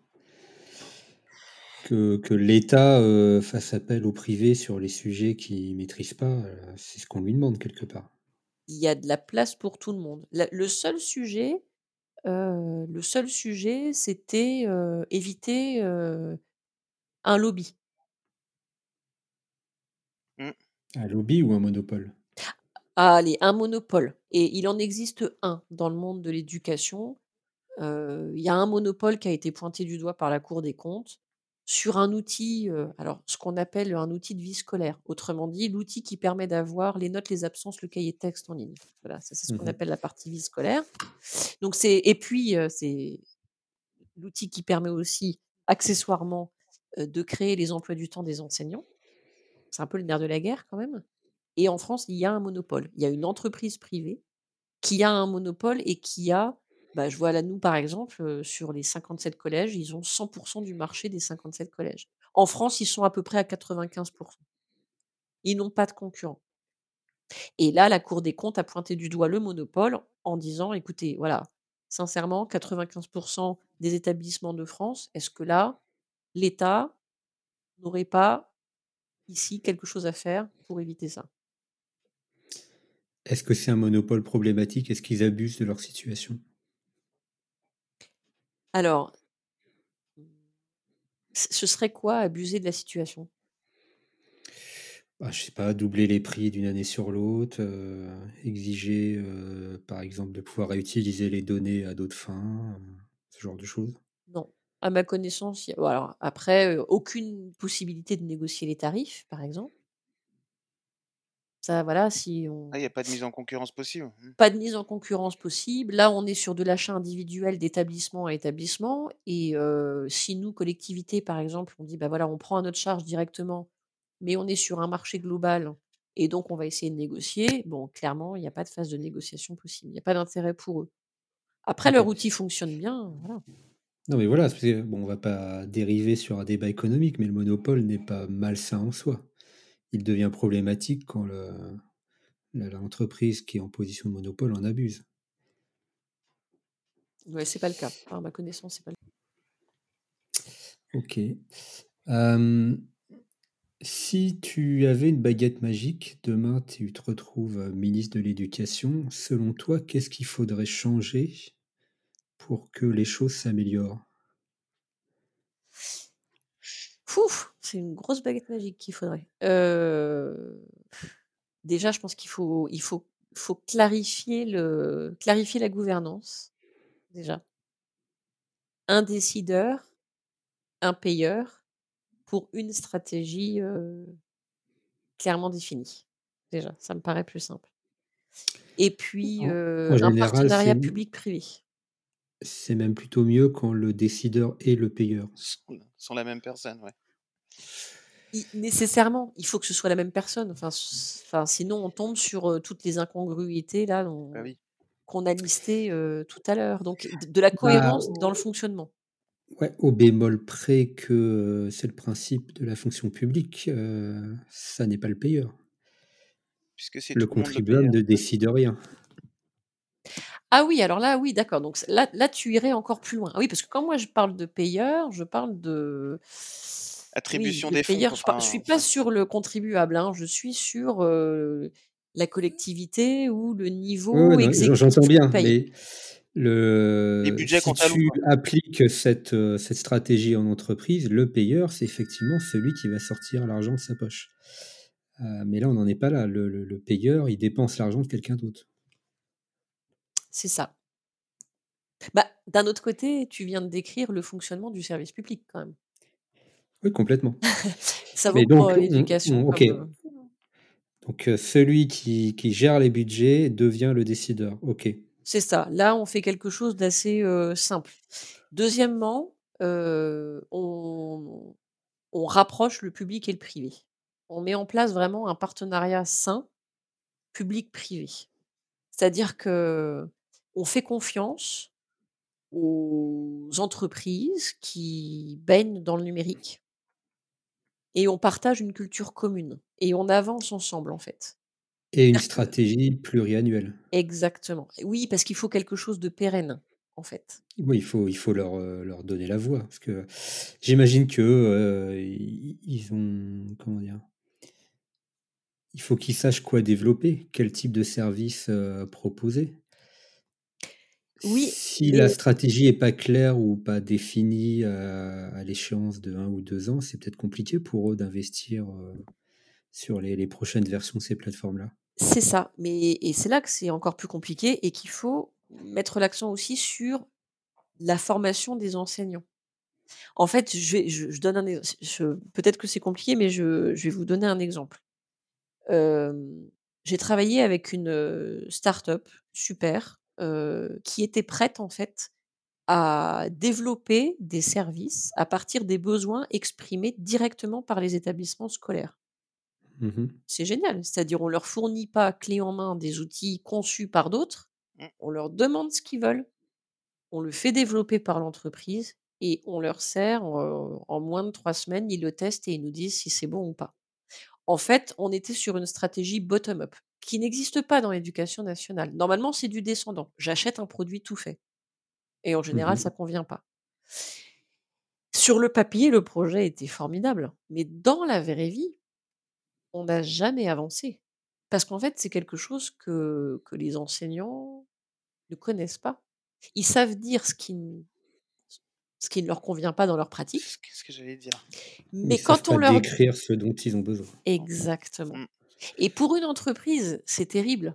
Que l'État, fasse appel au privé sur les sujets qu'il maîtrise pas, c'est ce qu'on lui demande quelque part. Il y a de la place pour tout le monde. Le seul sujet, c'était, éviter, un lobby. Mmh. Un lobby ou un monopole? Allez, un monopole et il en existe un dans le monde de l'éducation. Il y a un monopole qui a été pointé du doigt par la Cour des comptes sur un outil, alors ce qu'on appelle un outil de vie scolaire. Autrement dit, l'outil qui permet d'avoir les notes, les absences, le cahier de texte en ligne. Voilà, ça c'est ce qu'on Mmh. appelle la partie vie scolaire. Donc c'est l'outil qui permet aussi accessoirement, de créer les emplois du temps des enseignants. C'est un peu le nerf de la guerre quand même et en France, il y a un monopole. Il y a une entreprise privée qui a un monopole et qui a je vois là, nous, par exemple, sur les 57 collèges, ils ont 100 du marché des 57 collèges. En France, ils sont à peu près à 95. Ils n'ont pas de concurrents et là, la Cour des comptes a pointé du doigt le monopole en disant: «Écoutez, voilà, sincèrement, 95 des établissements de France, est-ce que là, l'État n'aurait pas ici quelque chose à faire pour éviter ça?» Est-ce que c'est un monopole problématique? Est-ce qu'ils abusent de leur situation? Alors, ce serait quoi abuser de la situation? Bah, je sais pas, doubler les prix d'une année sur l'autre, exiger, par exemple, de pouvoir réutiliser les données à d'autres fins, ce genre de choses? Non. À ma connaissance, il y a bon alors après, aucune possibilité de négocier les tarifs, par exemple. Ça voilà, si on Ah, il y a pas de mise en concurrence possible? Mmh. pas de mise en concurrence possible. Là, on est sur de l'achat individuel d'établissement à établissement et si nous, collectivités, par exemple, on dit: «Bah, voilà, on prend à notre charge directement, mais on est sur un marché global et donc on va essayer de négocier», bon, clairement, il y a pas de phase de négociation possible. Il y a pas d'intérêt pour eux. Après, leur OK. outil fonctionne bien, voilà. Non, mais voilà, parce que, bon, on va pas dériver sur un débat économique, mais le monopole n'est pas malsain en soi. Il devient problématique quand l'entreprise qui est en position de monopole en abuse. Ouais, c'est pas le cas. À ma connaissance, c'est pas le cas. Ok. Si tu avais une baguette magique, demain tu te retrouves ministre de l'Éducation, selon toi, qu'est-ce qu'il faudrait changer pour que les choses s'améliorent? Fouf! C'est une grosse baguette magique qu'il faudrait. Déjà, je pense qu'il faut clarifier la gouvernance, déjà. Un décideur, un payeur pour une stratégie, clairement définie. Déjà, ça me paraît plus simple. Et puis, En un général, partenariat public-privé. c'est même plutôt mieux quand le décideur est le payeur. Sont la même personne, ouais. Nécessairement, il faut que ce soit la même personne. Enfin, sinon on tombe sur, toutes les incongruités là Bah oui. qu'on a listées, tout à l'heure. Donc de la Bah, cohérence dans le fonctionnement. ouais, au bémol près que c'est le principe de la fonction publique, ça n'est pas le payeur. Puisque c'est Le tout le monde le contribuable payeur. ne décide rien. Ah oui, alors là, oui, d'accord. Donc là, tu irais encore plus loin. Ah oui, parce que quand moi je parle de payeur, je parle de oui, Attribution le des fonds, payeur, quoi. je suis pas sur le contribuable, hein, je suis sur, la collectivité ou le Ouais, niveau non, exécutif j'entends qui bien, paye. mais Les budgets si comptent à l'eau, tu quoi. appliques cette stratégie en entreprise, le payeur, c'est effectivement celui qui va sortir l'argent de sa poche. Mais là, on n'en est pas là. Le payeur, il dépense l'argent de quelqu'un d'autre. C'est ça. Bah, d'un autre côté, tu viens de décrire le fonctionnement du service public quand même. Oui, complètement. Ça vaut Mais pour, donc, l'éducation ok. comme, Donc, celui qui gère les budgets devient le décideur. Ok. c'est ça. Là, on fait quelque chose d'assez, simple. Deuxièmement, on rapproche le public et le privé. On met en place vraiment un partenariat sain, public-privé. C'est-à-dire que on fait confiance aux entreprises qui baignent dans le numérique et on partage une culture commune et on avance ensemble, en fait. Et une C'est-à-dire que stratégie pluriannuelle. exactement. Oui, parce qu'il faut quelque chose de pérenne, en fait. Oui, il faut leur donner la voix. Parce que j'imagine qu'eux, ils ont. Comment dire? Il faut qu'ils sachent quoi développer, quel type de service proposer. Oui, Si la mais stratégie est pas claire ou pas définie à l'échéance de 1 ou 2 ans, c'est peut-être compliqué pour eux d'investir sur les prochaines versions de ces plateformes-là. c'est ça. Mais et c'est là que c'est encore plus compliqué et qu'il faut mettre l'accent aussi sur la formation des enseignants. En fait, je donne un ex je peut-être que c'est compliqué, mais je vais vous donner un exemple. Hem, j'ai travaillé avec une, start-up super, qui était prête en fait à développer des services à partir des besoins exprimés directement par les établissements scolaires. Mmh. C'est génial, c'est-à-dire on leur fournit pas clé en main des outils conçus par d'autres, Mmh. on leur demande ce qu'ils veulent, on le fait développer par l'entreprise et on leur sert, en moins de 3 semaines, ils le testent et ils nous disent si c'est bon ou pas. En fait, on était sur une stratégie bottom up qui n'existe pas dans l'éducation nationale. Normalement, c'est du descendant. J'achète un produit tout fait et en général, Mmh. ça convient pas. Sur le papier, le projet était formidable, mais dans la vraie vie, on n'a jamais avancé. Parce qu'en fait, c'est quelque chose que les enseignants ne connaissent pas. Ils savent dire ce qui ne leur convient pas dans leur pratique, C'est ce que j'allais dire. Mais ils mais savent quand on pas leur décrire ce dont ils ont besoin. exactement. Mmh. Et pour une entreprise, c'est terrible.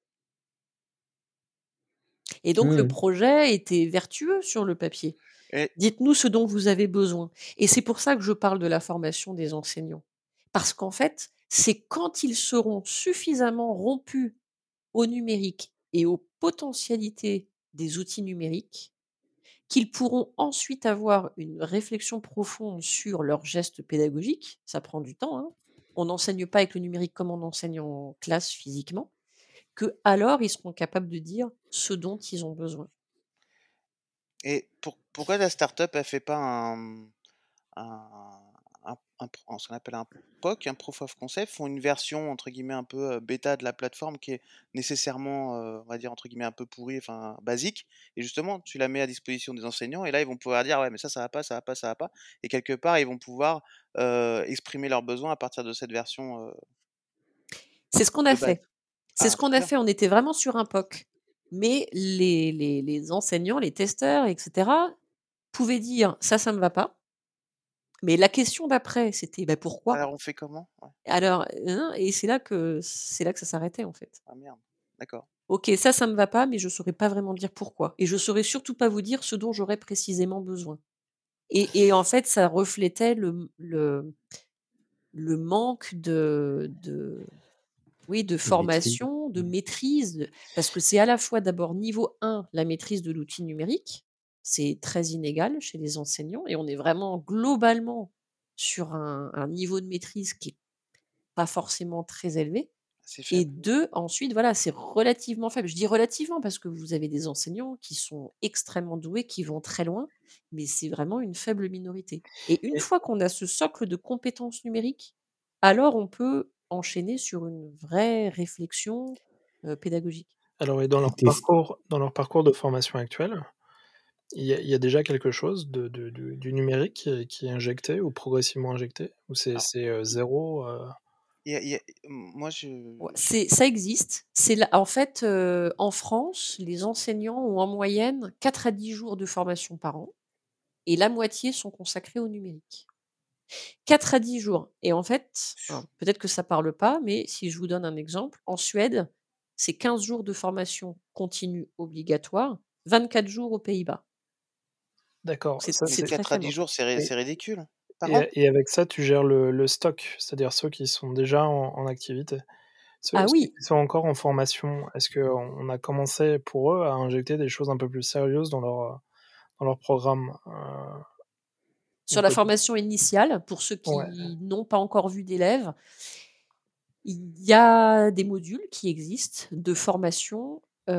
Et Ouais, donc le ouais. projet était vertueux sur le papier. Et Dites-nous ce dont vous avez besoin. Et c'est pour ça que je parle de la formation des enseignants. Parce qu'en fait, c'est quand ils seront suffisamment rompus au numérique et aux potentialités des outils numériques qu'ils pourront ensuite avoir une réflexion profonde sur leurs gestes pédagogiques. Ça prend du temps, hein. On n'enseigne pas avec le numérique comme on enseigne en classe physiquement, que alors ils seront capables de dire ce dont ils ont besoin. Et pourquoi ta startup elle fait pas ce qu'on appelle un POC, un Proof of Concept, font une version entre guillemets un peu bêta de la plateforme qui est nécessairement, on va dire entre guillemets un peu pourrie, enfin basique, et justement tu la mets à disposition des enseignants et là ils vont pouvoir dire ouais mais ça va pas, ça va pas, ça va pas, et quelque part ils vont pouvoir exprimer leurs besoins à partir de cette version C'est ce qu'on de a base. fait. C'est ce Ah qu'on très a bien. fait, on était vraiment sur un POC. Mais les enseignants, les testeurs, et cetera, pouvaient dire: Ça me va pas». Mais la question d'après, c'était: «Bah, pourquoi?» Alors on fait comment? Ouais. Alors, et c'est là que ça s'arrêtait, en fait. Ah merde, d'accord. OK, ça me va pas, mais je saurais pas vraiment dire pourquoi et je saurais surtout pas vous dire ce dont j'aurais précisément besoin et en fait, ça reflétait le manque de oui, de De maîtrise. formation, de maîtrise, parce que c'est à la fois d'abord niveau 1, la maîtrise de l'outil numérique, c'est très inégal chez les enseignants et on est vraiment globalement sur un niveau de maîtrise qui est pas forcément très élevé C'est et faible. 2, ensuite, voilà, c'est relativement faible. Je dis relativement parce que vous avez des enseignants qui sont extrêmement doués, qui vont très loin, mais c'est vraiment une faible minorité et une Et fois qu'on a ce socle de compétences numériques, alors on peut enchaîner sur une vraie réflexion, pédagogique. alors et Et tes- dans leur parcours de formation actuel, il y a déjà quelque chose du numérique qui est injecté ou progressivement injecté? Ou Alors, 0, moi je Ouais, ça existe. C'est là en fait, en France, les enseignants ont en moyenne 4 à 10 jours de formation par an et la moitié sont consacrés au numérique. 4 à 10 jours et en fait, alors peut-être que ça parle pas, mais si je vous donne un exemple, en Suède, c'est 15 jours de formation continue obligatoire, 24 jours aux Pays-Bas. d'accord, ça mais C'est très 4 à faible 10 en fait. jours c'est et ridicule par an. et avec ça, tu gères le stock, c'est-à-dire ceux qui sont déjà en activité. Ah Ceux oui, qui sont encore en formation, est-ce qu'on a commencé pour eux à injecter des choses un peu plus sérieuses dans leur programme? sur Donc la formation initiale, pour ceux ouais, qui n'ont pas encore vu d'élèves, il y a des modules qui existent de formation,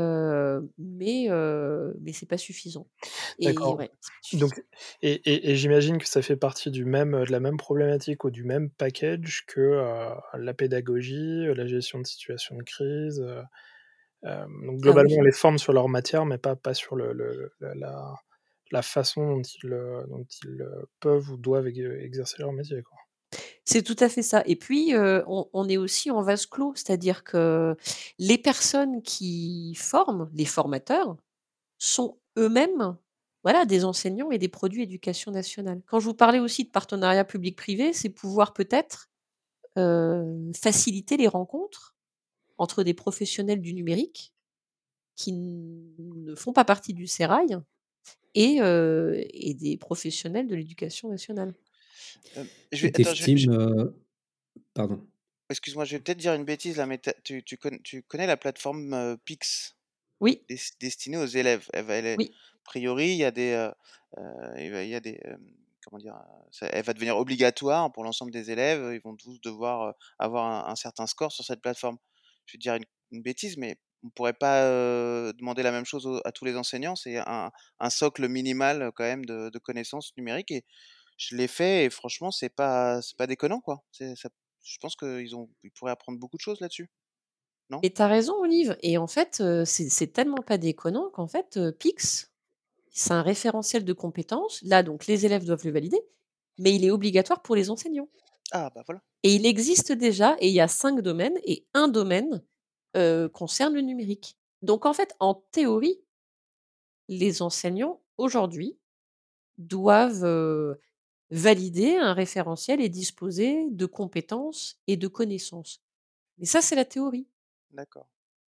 mais c'est pas suffisant et d'accord. ouais, c'est pas suffisant. Donc et j'imagine que ça fait partie de la même problématique ou du même package que, la pédagogie, la gestion de situation de crise, donc Ah globalement, on oui. les forme sur leur matière, mais pas sur la façon dont ils, peuvent ou doivent exercer leur métier, quoi. C'est tout à fait ça et puis, on est aussi en vase clos, c'est-à-dire que les personnes qui forment, les formateurs, sont eux-mêmes, voilà, des enseignants et des produits éducation nationale. Quand je vous parlais aussi de partenariat public-privé, c'est pouvoir peut-être, faciliter les rencontres entre des professionnels du numérique qui ne font pas partie du sérail et des professionnels de l'éducation nationale. et Attends, t'estimes, pardon. excuse-moi, je vais peut-être dire une bêtise là, mais tu connais la plateforme Pix Oui, destinée aux élèves. A oui. priori, il y a il y a comment dire, elle va devenir obligatoire pour l'ensemble des élèves. Ils vont tous devoir avoir un certain score sur cette plateforme. Je vais te dire une bêtise, mais on pourrait pas demander la même chose à tous les enseignants. C'est un socle minimal quand même de connaissances numériques. Et je l'ai fait et franchement, c'est pas déconnant quoi. Je pense ils pourraient apprendre beaucoup de choses là-dessus, non? Et tu as raison, Olive. Et en fait, c'est tellement pas déconnant qu'en fait, Pix, c'est un référentiel de compétences. Là, donc les élèves doivent le valider, mais il est obligatoire pour les enseignants. Ah bah voilà, Et il existe déjà et il y a 5 domaines et un domaine, concerne le numérique. Donc en fait, en théorie, les enseignants, aujourd'hui, doivent, valider un référentiel et disposer de compétences et de connaissances. Mais ça, c'est la théorie. d'accord.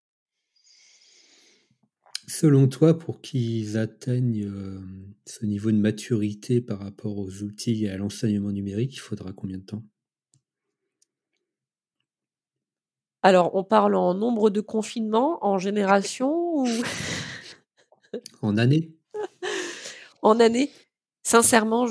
Selon toi, pour qu'ils atteignent, ce niveau de maturité par rapport aux outils et à l'enseignement numérique, il faudra combien de temps? Alors, on parle en nombre de confinements, en génération ou En années? en années? Sincèrement,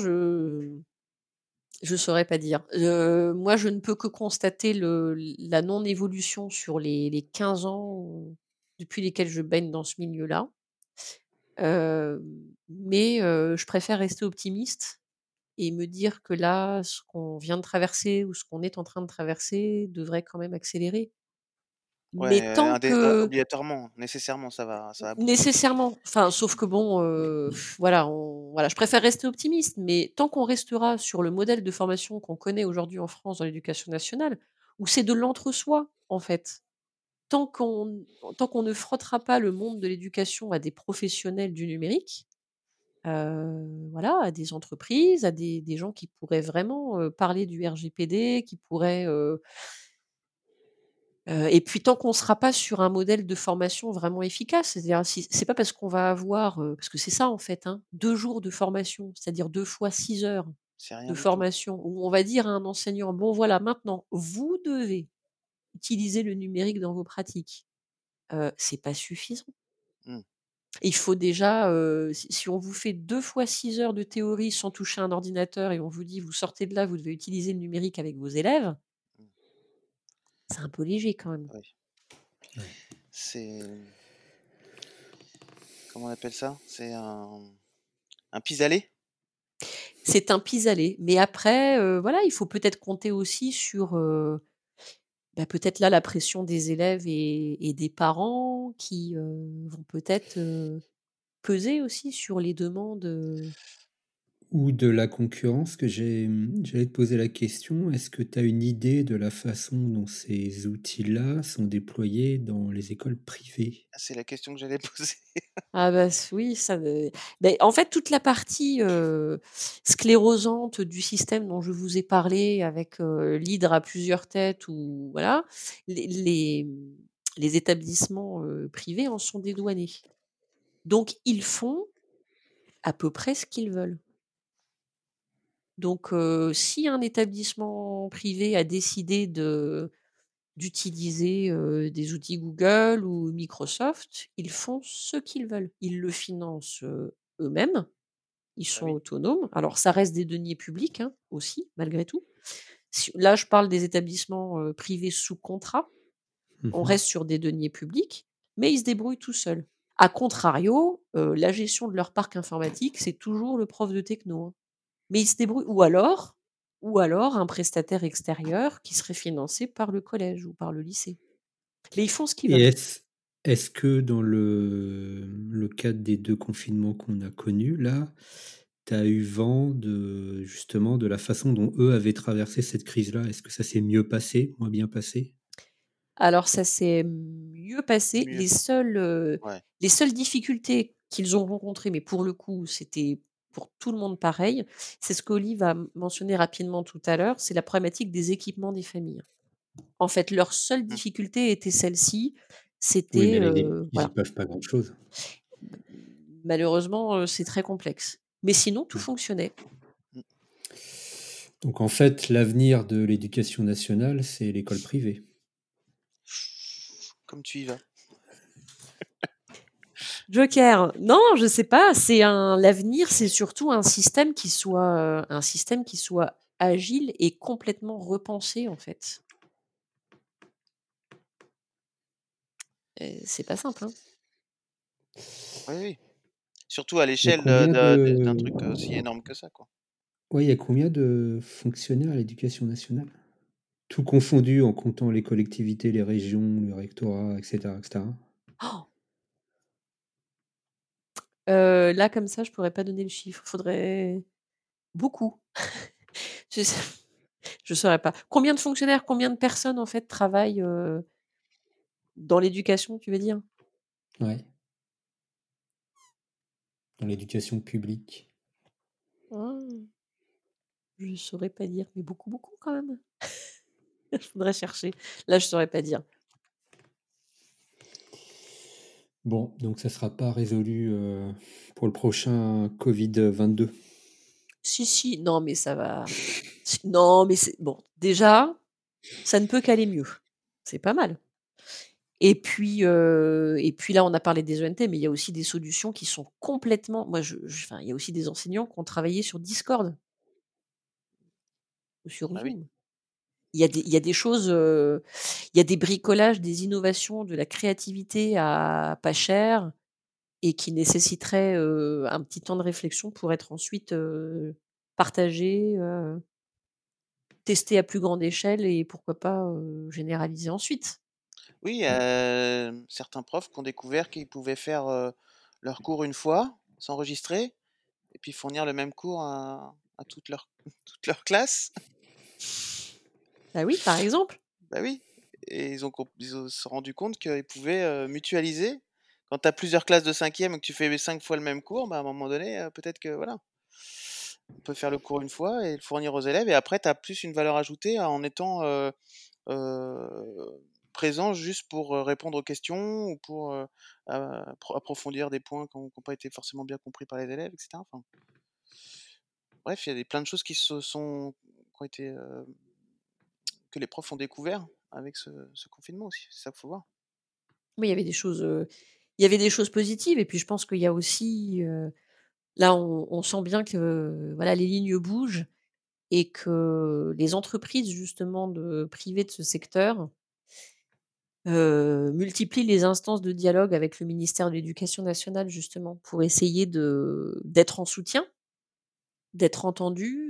je saurais pas dire. Moi, je ne peux que constater la non-évolution sur les 15 ans depuis lesquels je baigne dans ce milieu-là. Hem Mais je préfère rester optimiste et me dire que là, ce qu'on vient de traverser ou ce qu'on est en train de traverser devrait quand même accélérer. Mais Ouais, tant que obligatoirement, nécessairement, ça va bouger. nécessairement, enfin, sauf que bon, voilà, je préfère rester optimiste, mais tant qu'on restera sur le modèle de formation qu'on connaît aujourd'hui en France dans l'éducation nationale, où c'est de l'entre-soi, en fait. Tant qu'on tant qu'on ne frottera pas le monde de l'éducation à des professionnels du numérique, voilà, à des entreprises, à des gens qui pourraient vraiment, parler du RGPD, qui pourraient, et puis tant qu'on ne sera pas sur un modèle de formation vraiment efficace, c'est-à-dire si c'est pas parce qu'on va avoir, parce que c'est ça en fait, hein, 2 jours de formation, c'est-à-dire 2 fois 6 heures C'est de rien du tout. formation, où on va dire à un enseignant: «Bon voilà, maintenant vous devez utiliser le numérique dans vos pratiques», c'est pas suffisant. Mmh. Il faut déjà, si on vous fait 2 fois 6 heures de théorie sans toucher un ordinateur et on vous dit: «Vous sortez de là, vous devez utiliser le numérique avec vos élèves», Mmh. c'est un peu léger quand même. Oui. Ouais. C'est comment on appelle ça? C'est un pis-aller? C'est un pis-aller, mais après, voilà, il faut peut-être compter aussi sur, peut-être là, la pression des élèves et des parents qui, vont peut-être, peser aussi sur les demandes, Ou de la concurrence que j'allais te poser la question. Est-ce que tu as une idée de la façon dont ces outils-là sont déployés dans les écoles privées? Ah, c'est la question que j'allais poser. Ah bah, oui, ça, en fait, toute la partie, sclérosante du système dont je vous ai parlé avec, l'hydre à plusieurs têtes ou voilà, les établissements, privés en sont dédouanés. Donc ils font à peu près ce qu'ils veulent. Donc si un établissement privé a décidé d'utiliser, des outils Google ou Microsoft, ils font ce qu'ils veulent. Ils le financent, eux-mêmes. Ils Bah sont oui. autonomes. Alors ça reste des deniers publics, hein, aussi, malgré tout. Là, je parle des établissements, privés sous contrat. On Mmh. reste sur des deniers publics, mais ils se débrouillent tout seuls. À contrario, la gestion de leur parc informatique, c'est toujours le prof de techno, hein. Mais ils se débrouillent ou alors un prestataire extérieur qui serait financé par le collège ou par le lycée. Mais ils font ce qu'ils Et veulent. est-ce que dans le cadre des 2 confinements qu'on a connus là, tu as eu vent de justement de la façon dont eux avaient traversé cette crise-là? Est-ce que ça s'est mieux passé, moins bien passé? Alors ça s'est mieux passé. Mieux. Ouais. Les seules difficultés qu'ils ont rencontrées, mais pour le coup, c'était pour tout le monde pareil, c'est ce qu'Olive a mentionné rapidement tout à l'heure, c'est la problématique des équipements des familles. En fait, leur seule Mmh. difficulté était celle-ci, Oui, mais c'était, ils y voilà, peuvent pas grand-chose. malheureusement, c'est très complexe. Mais sinon, tout Mmh. fonctionnait. Mmh. Donc en fait, l'avenir de l'éducation nationale, c'est l'école privée. Comme tu y vas. Joker, non, je sais pas, l'avenir, c'est surtout un système qui soit agile et complètement repensé, en fait. C'est pas simple, hein. Oui, oui. Surtout à Il y a l'échelle, combien d'un de truc aussi énorme que ça, quoi. ouais, il y a combien de fonctionnaires à l'éducation nationale? Tout confondu en comptant les collectivités, les régions, le rectorat, et cetera, et cetera. Oh! Là, comme ça, je pourrais pas donner le chiffre. Faudrait beaucoup. Je sais je saurais pas. Combien de fonctionnaires, combien de personnes, en fait, travaillent, dans l'éducation, tu veux dire? Ouais, dans l'éducation publique. Ah, je saurais pas dire, mais beaucoup, beaucoup quand même. Faudrait chercher. Là, je saurais pas dire. Bon, donc ça sera pas résolu, pour le prochain Covid-22. Si, si, non, mais ça va. Non, mais c'est bon, déjà, ça ne peut qu'aller mieux. C'est pas mal. Et puis là, on a parlé des ENT, mais il y a aussi des solutions qui sont complètement moi, enfin, il y a aussi des enseignants qui ont travaillé sur Discord ou sur Bah oui. Zoom. Il y a des choses, il y a des bricolages, des innovations, de la créativité à pas cher et qui nécessiterait, un petit temps de réflexion pour être ensuite, partagé, testé à plus grande échelle et pourquoi pas, généralisé ensuite. Oui, certains profs qui ont découvert qu'ils pouvaient faire leur cours une fois, s'enregistrer, et puis fournir le même cours à toute leur, toute leur classe. Bah oui, par exemple. Bah oui. Et ils se sont rendus compte qu'ils pouvaient mutualiser. Quand tu as plusieurs classes de cinquième et que tu fais 5 fois le même cours, bah à un moment donné, peut-être que voilà, on peut faire le cours une fois et le fournir aux élèves. Et après, tu as plus une valeur ajoutée en étant présent juste pour répondre aux questions ou pour approfondir des points qui n'ont pas été forcément bien compris par les élèves, etc. Enfin, bref, il y a plein de choses qui ont été que les profs ont découvert avec ce confinement aussi. C'est ça qu'il faut voir. Oui, il y avait des choses positives et puis je pense qu'il y a aussi, là on sent bien que, voilà, les lignes bougent et que les entreprises justement privées de ce secteur, multiplient les instances de dialogue avec le ministère de l'Éducation nationale justement pour essayer d'être en soutien, d'être entendus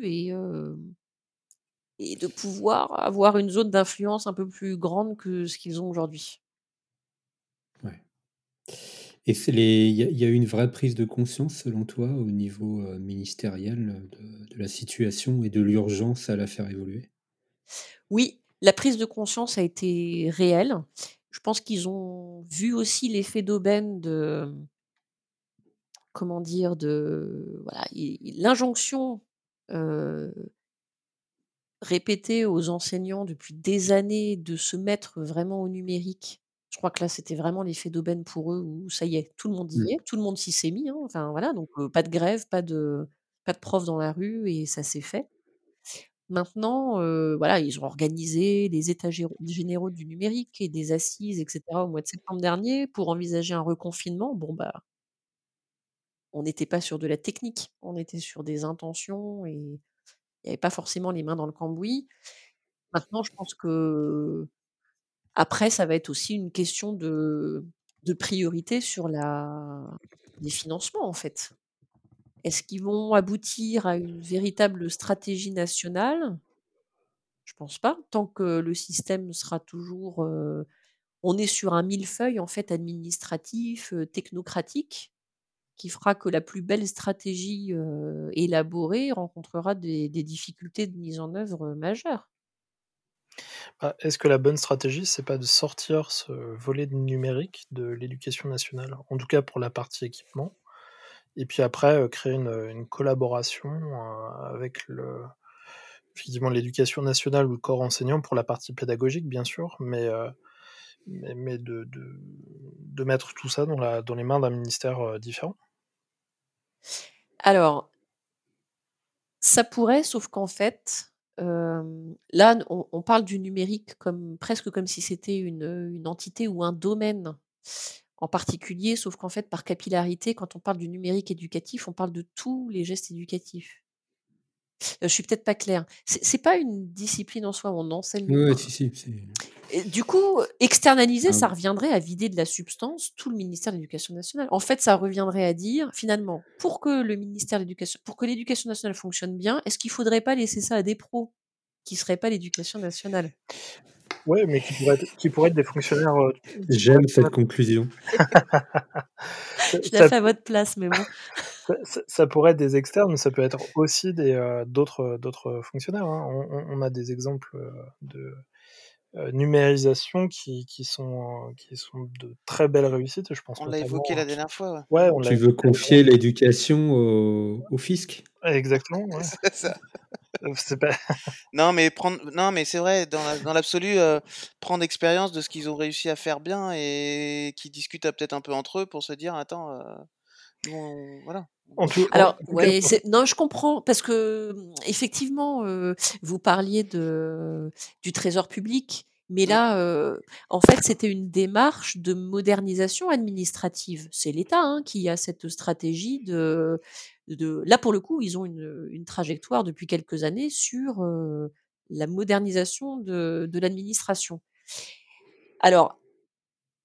et de pouvoir avoir une zone d'influence un peu plus grande que ce qu'ils ont aujourd'hui. Ouais. Et il y a eu une vraie prise de conscience, selon toi, au niveau ministériel de la situation et de l'urgence à la faire évoluer? Oui, la prise de conscience a été réelle. Je pense qu'ils ont vu aussi l'effet d'aubaine de, comment dire? De voilà, l'injonction, heu, répétée aux enseignants depuis des années de se mettre vraiment au numérique. Je crois que là, c'était vraiment l'effet d'aubaine pour eux où ça y est, tout le monde y Mmh. est, tout le monde s'y s'est mis, hein, enfin voilà, donc pas de grève, pas de profs dans la rue et ça s'est fait. Maintenant, voilà, ils ont organisé les états généraux du numérique et des assises et cetera au mois de septembre dernier pour envisager un reconfinement. Bon, bah, on n'était pas sur de la technique, on était sur des intentions et il y avait pas forcément les mains dans le cambouis. Maintenant, je pense qu'après, ça va être aussi une question de priorité sur les financements, en fait. Est-ce qu'ils vont aboutir à une véritable stratégie nationale? Je pense pas. Tant que le système sera toujours, on est sur un millefeuille en fait administratif, technocratique, qui fera que la plus belle stratégie, élaborée rencontrera des difficultés de mise en œuvre, majeures. Bah, est-ce que la bonne stratégie, c'est pas de sortir ce volet de numérique de l'éducation nationale? En tout cas pour la partie équipement et puis après, créer une collaboration, avec effectivement l'éducation nationale ou le corps enseignant pour la partie pédagogique bien sûr, mais de mettre tout ça dans les mains d'un ministère, différent? Alors, ça pourrait, sauf qu'en fait, là, on parle du numérique comme presque comme si c'était une entité ou un domaine en particulier, sauf qu'en fait, par capillarité, quand on parle du numérique éducatif, on parle de tous les gestes éducatifs. Je suis peut-être pas claire. C'est pas une discipline en soi, on enseigne Ouais, ouais, pas. si, si, Et du coup, externaliser, c'est un ça reviendrait à vider de la substance tout le ministère de l'Éducation nationale. En fait, ça reviendrait à dire, finalement, pour que l'éducation nationale fonctionne bien, est-ce qu'il faudrait pas laisser ça à des pros qui seraient pas l'éducation nationale? Ouais, mais qui pourraient être des fonctionnaires, qui pourraient j'aime cette conclusion. Je la ça fais à votre place, mais bon. ça pourrait être des externes, mais ça peut être aussi d'autres fonctionnaires, hein. On a des exemples, de, numérisation qui sont de très belles réussites et je pense On l'a notamment, évoqué la dernière fois, ouais. ouais, on l'a Tu veux évoqué la confier l'éducation au fisc? exactement, ouais. C'est ça. C'est pas Non, mais c'est vrai, dans l'absolu, prendre expérience de ce qu'ils ont réussi à faire bien et qui discutent peut-être un peu entre eux pour se dire: «Attends, nous voilà, Alors, en tout cas ouais, pour non, je comprends parce que, effectivement, vous parliez du trésor public, mais mmh, là, en fait, c'était une démarche de modernisation administrative. C'est l'État, hein, qui a cette stratégie là, pour le coup, ils ont une trajectoire depuis quelques années sur, la modernisation de l'administration. Alors,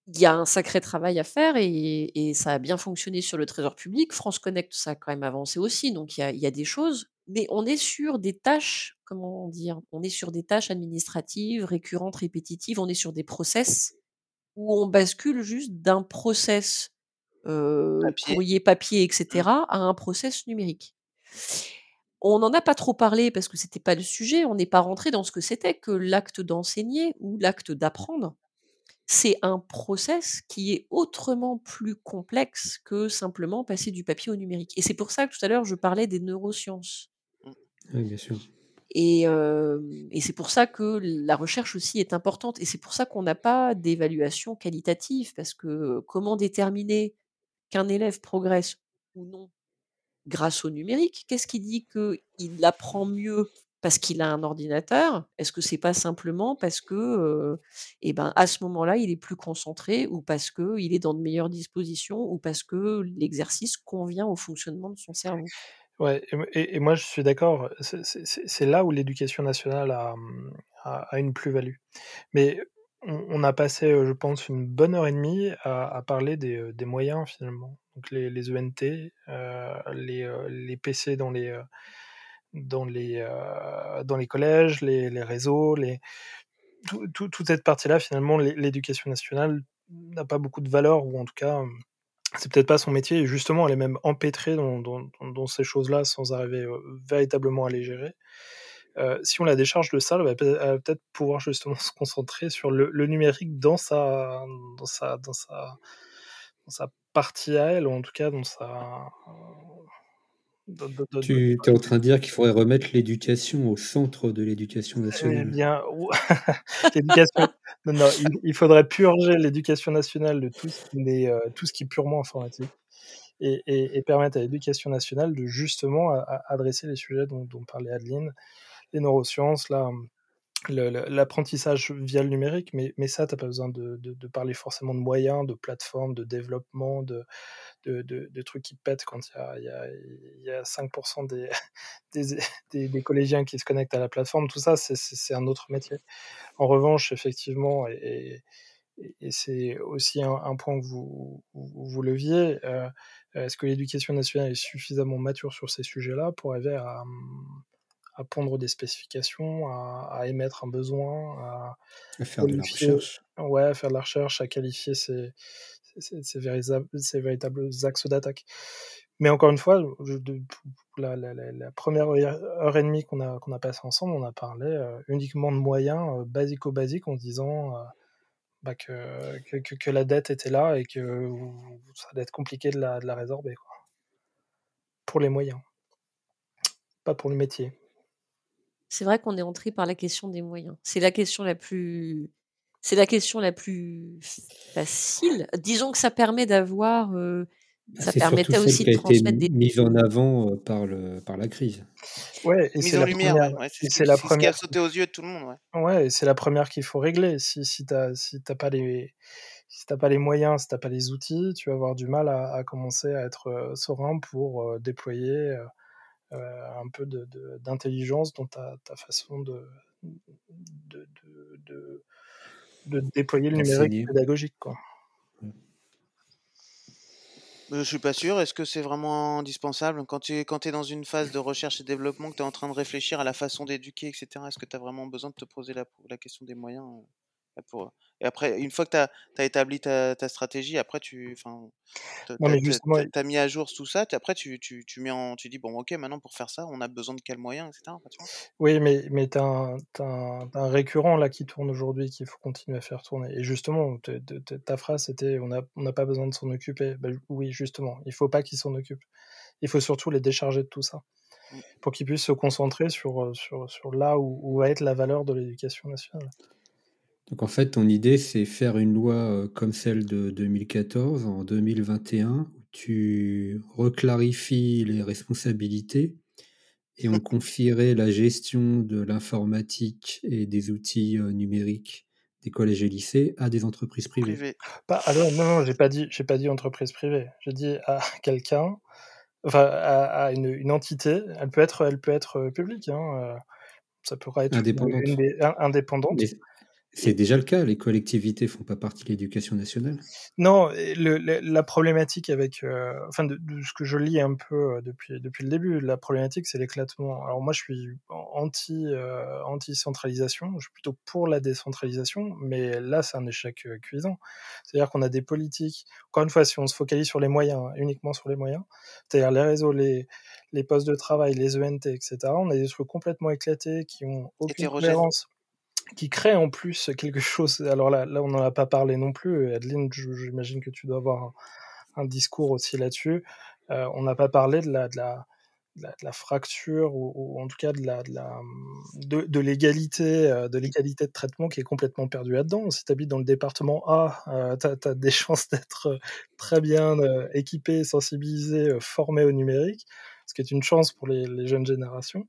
il y a un sacré travail à faire et ça a bien fonctionné sur le Trésor public. France Connect, ça a quand même avancé aussi, donc il y a des choses, mais on est sur des tâches, comment dire? On est sur des tâches administratives, récurrentes, répétitives, on est sur des process où on bascule juste d'un process, Papier. courrier, papier et cetera, à un process numérique. On n'en a pas trop parlé parce que c'était pas le sujet, on n'est pas rentré dans ce que c'était que l'acte d'enseigner ou l'acte d'apprendre. C'est un process qui est autrement plus complexe que simplement passer du papier au numérique et c'est pour ça que tout à l'heure je parlais des neurosciences Oui, bien sûr. et c'est pour ça que la recherche aussi est importante et c'est pour ça qu'on n'a pas d'évaluation qualitative parce que comment déterminer qu'un élève progresse ou non grâce au numérique? Qu'est-ce qui dit qu'il apprend mieux parce qu'il a un ordinateur? Est-ce que c'est pas simplement parce que, et ben, à ce moment-là, il est plus concentré ou parce qu'il est dans de meilleures dispositions ou parce que l'exercice convient au fonctionnement de son cerveau? Ouais, et moi je suis d'accord, c'est là où l'éducation nationale a une plus-value. Mais on a passé, je pense une bonne heure et demie à parler des moyens finalement. Donc les ENT, les PC dans les collèges, les réseaux, toute cette partie-là finalement l'éducation nationale n'a pas beaucoup de valeur ou en tout cas, c'est peut-être pas son métier et justement elle est même empêtrée dans ces choses-là sans arriver, véritablement à les gérer. Si on la décharge de ça, elle va peut-être pouvoir justement se concentrer sur le numérique dans sa partie à elle ou en tout cas dans sa de Tu es en train de dire qu'il faudrait remettre l'éducation au centre de l'éducation eh nationale. bien, ou l'éducation non, il faudrait purger l'éducation nationale de tout ce qui est purement informatique et permettre à l'éducation nationale de justement adresser les sujets dont parlait Adeline, les neurosciences, l'apprentissage via le numérique, mais ça, tu as pas besoin de parler forcément de moyens, de plateformes, de développement, de trucs qui pètent quand il y a 5% des, des collégiens qui se connectent à la plateforme. Tout ça, c'est un autre métier. En revanche, effectivement, et c'est aussi un point que vous leviez, est-ce que l'éducation nationale est suffisamment mature sur ces sujets-là pour arriver à pondre des spécifications, à émettre un besoin, à À faire de la qualifier, recherche. ouais, à faire de la recherche, à qualifier ces véritables axes d'attaque. Mais encore une fois, la première heure et demie qu'on a passé ensemble, on a parlé uniquement de moyens basico-basiques en se disant bah, que la dette était là et que ça allait être compliqué de la résorber, quoi. Pour les moyens, pas pour le métier. C'est vrai qu'on est entré par la question des moyens. C'est la question la plus facile. Disons que ça permet d'avoir, Bah, ça c'est surtout permettait celle aussi qui de a été transmettre des mise en avant par la crise. Ouais, et Mise c'est en la lumière, première, ouais, et c'est la c'est ce qui a première. sauté aux yeux de tout le monde, ouais. Ouais, et c'est la première qu'il faut régler. Si t'as pas les moyens, si t'as pas les outils, tu vas avoir du mal à commencer à être serein pour déployer un peu d'intelligence dans ta façon de, de, de, de déployer le numérique D'enseigner. pédagogique, quoi. Je suis pas sûr. Est-ce que c'est vraiment indispensable quand tu es dans une phase de recherche et développement, que tu es en train de réfléchir à la façon d'éduquer, etc. Est-ce que tu as vraiment besoin de te poser la question des moyens Et après, une fois que tu as établi ta stratégie, après, Non, mais justement, t'as mis à jour tout ça, après, tu dis, bon, ok, maintenant pour faire ça, on a besoin de quels moyens, etc. Enfin, tu vois. oui, mais t'as un récurrent là qui tourne aujourd'hui qu'il faut continuer à faire tourner. Et justement, ta phrase c'était on n'a pas besoin de s'en occuper. Bah, oui, justement, il faut pas qu'ils s'en occupent. Il faut surtout les décharger de tout ça Mm. pour qu'ils puissent se concentrer sur là où va être la valeur de l'éducation nationale. Donc en fait, ton idée, c'est faire une loi comme celle de 2014 en 2021, où tu reclarifies les responsabilités et on confierait la gestion de l'informatique et des outils numériques des collèges et lycées à des entreprises privées. Privé. Non, j'ai pas dit entreprise privée. J'ai dit à quelqu'un, enfin à une entité. Elle peut être publique, hein, ça pourrait être Indépendantes. indépendante. Mais C'est déjà le cas, les collectivités font pas partie de l'éducation nationale. Non, la problématique avec, de ce que je lis un peu depuis le début, la problématique, c'est l'éclatement. Alors moi, je suis anti-centralisation, je suis plutôt pour la décentralisation, mais là, c'est un échec cuisant. C'est-à-dire qu'on a des politiques, encore une fois, si on se focalise sur les moyens, uniquement sur les moyens, c'est-à-dire les réseaux, les postes de travail, les ENT, etc., on a des trucs complètement éclatés qui ont aucune Hétérogène. cohérence, qui crée en plus quelque chose. Alors là on n'en a pas parlé non plus. Adeline, j'imagine que tu dois avoir un discours aussi là-dessus. On n'a pas parlé de la fracture ou en tout cas de l'égalité de traitement qui est complètement perdue là-dedans. Si tu habites dans le département A, tu as des chances d'être très bien équipé, sensibilisé, formé au numérique, ce qui est une chance pour les jeunes générations.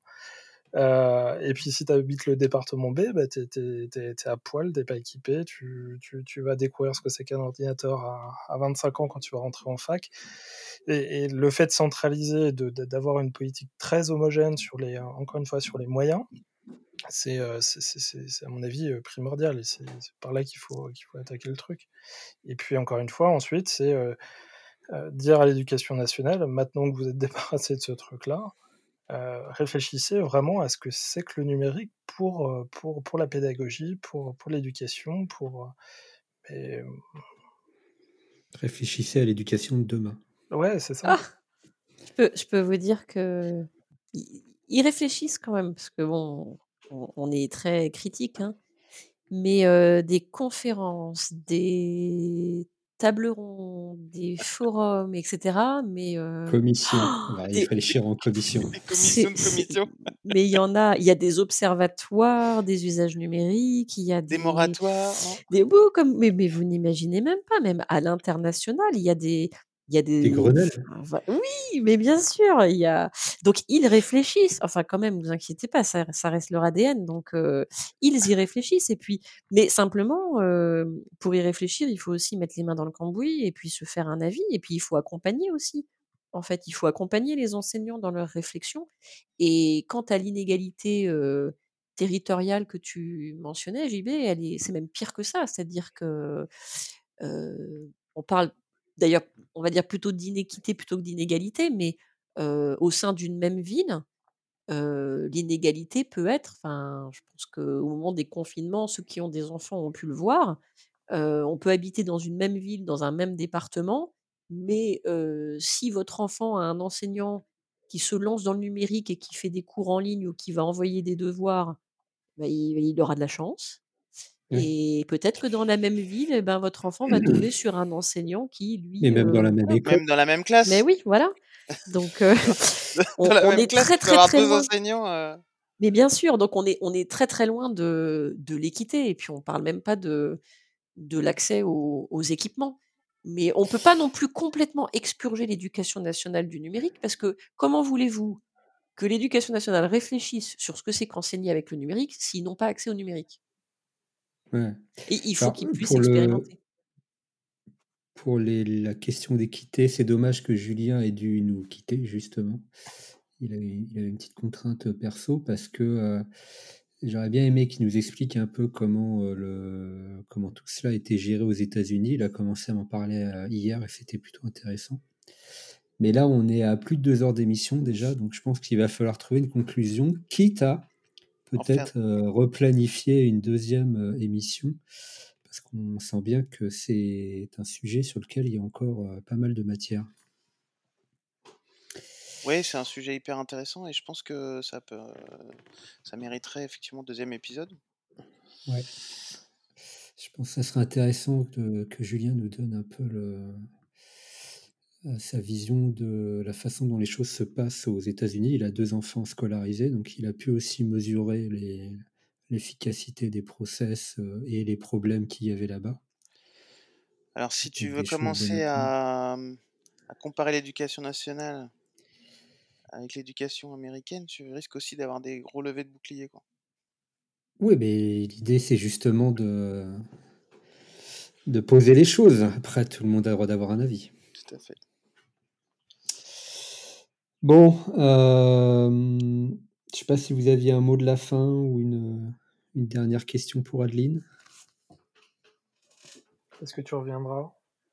Et puis si tu habites le département B, bah, t'es à poil, t'es pas équipé, tu vas découvrir ce que c'est qu'un ordinateur à 25 ans quand tu vas rentrer en fac. Et le fait de centraliser, d'avoir une politique très homogène encore une fois, sur les moyens, c'est à mon avis primordial, et c'est par là qu'il faut attaquer le truc. Et puis encore une fois, ensuite, c'est dire à l'éducation nationale, maintenant que vous êtes débarrassé de ce truc-là, réfléchissez vraiment à ce que c'est que le numérique pour la pédagogie, pour l'éducation, mais, Réfléchissez à l'éducation de demain. ouais, c'est ça. Je peux vous dire que ils réfléchissent quand même, parce que bon, on est très critique, hein, mais des conférences, des tables rondes, des forums, etc. Mais Commission. On va des réfléchir en commission. Des commissions de commission. mais il y a des observatoires des usages numériques, il y a Des moratoires, non? des beaux comme mais vous n'imaginez même pas, même à l'international, il y a des Des Grenelles. enfin, oui, mais bien sûr, donc ils réfléchissent, enfin quand même, vous inquiétez pas, ça reste leur ADN, donc ils y réfléchissent, et puis mais simplement, pour y réfléchir, il faut aussi mettre les mains dans le cambouis et puis se faire un avis, et puis il faut accompagner aussi. En fait, il faut accompagner les enseignants dans leur réflexion, et quant à l'inégalité, territoriale que tu mentionnais, JB, c'est même pire que ça. C'est-à-dire que, on parle d'ailleurs, on va dire plutôt d'inéquité plutôt que d'inégalité, mais au sein d'une même ville, l'inégalité peut être, enfin, je pense qu'au moment des confinements, ceux qui ont des enfants ont pu le voir, on peut habiter dans une même ville, dans un même département, mais si votre enfant a un enseignant qui se lance dans le numérique et qui fait des cours en ligne ou qui va envoyer des devoirs, bah, il aura de la chance, Ouais. et peut-être que dans la même ville, eh ben, votre enfant va tomber sur un enseignant qui lui, Et même dans la même voilà. école. Même dans la même classe. Mais oui, voilà. Donc Dans la on même est classe, très, tu peux très, avoir très 2 loin. enseignants. Mais bien sûr, donc on est très, très loin de l'équité, et puis on parle même pas de l'accès aux équipements. Mais on peut pas non plus complètement expurger l'éducation nationale du numérique, parce que comment voulez-vous que l'éducation nationale réfléchisse sur ce que c'est qu'enseigner avec le numérique s'ils n'ont pas accès au numérique? Ouais. Et il faut Alors, qu'ils puissent expérimenter. pour la question d'équité, c'est dommage que Julien ait dû nous quitter, justement. Il avait une petite contrainte perso, parce que j'aurais bien aimé qu'il nous explique un peu comment tout cela a été géré aux États-Unis. Il a commencé à m'en parler hier, et c'était plutôt intéressant. Mais là, on est à plus de 2 heures d'émission déjà, donc je pense qu'il va falloir trouver une conclusion, quitte à peut-être replanifier une deuxième émission, parce qu'on sent bien que c'est un sujet sur lequel il y a encore pas mal de matière. Oui, c'est un sujet hyper intéressant, et je pense que ça mériterait effectivement 2e épisode. Ouais. Je pense que ça serait intéressant que Julien nous donne un peu sa vision de la façon dont les choses se passent aux États-Unis. Il a 2 enfants scolarisés, donc il a pu aussi mesurer l'efficacité des process et les problèmes qu'il y avait là-bas. Alors si tu Peut-être veux des choses bonnes commencer à prendre. à comparer l'éducation nationale avec l'éducation américaine, tu risques aussi d'avoir des gros levées de boucliers, quoi. Oui, mais l'idée, c'est justement de poser les choses. Après, tout le monde a le droit d'avoir un avis. Tout à fait. Bon, je sais pas si vous aviez un mot de la fin ou une dernière question pour Adeline. Est-ce que tu reviendras?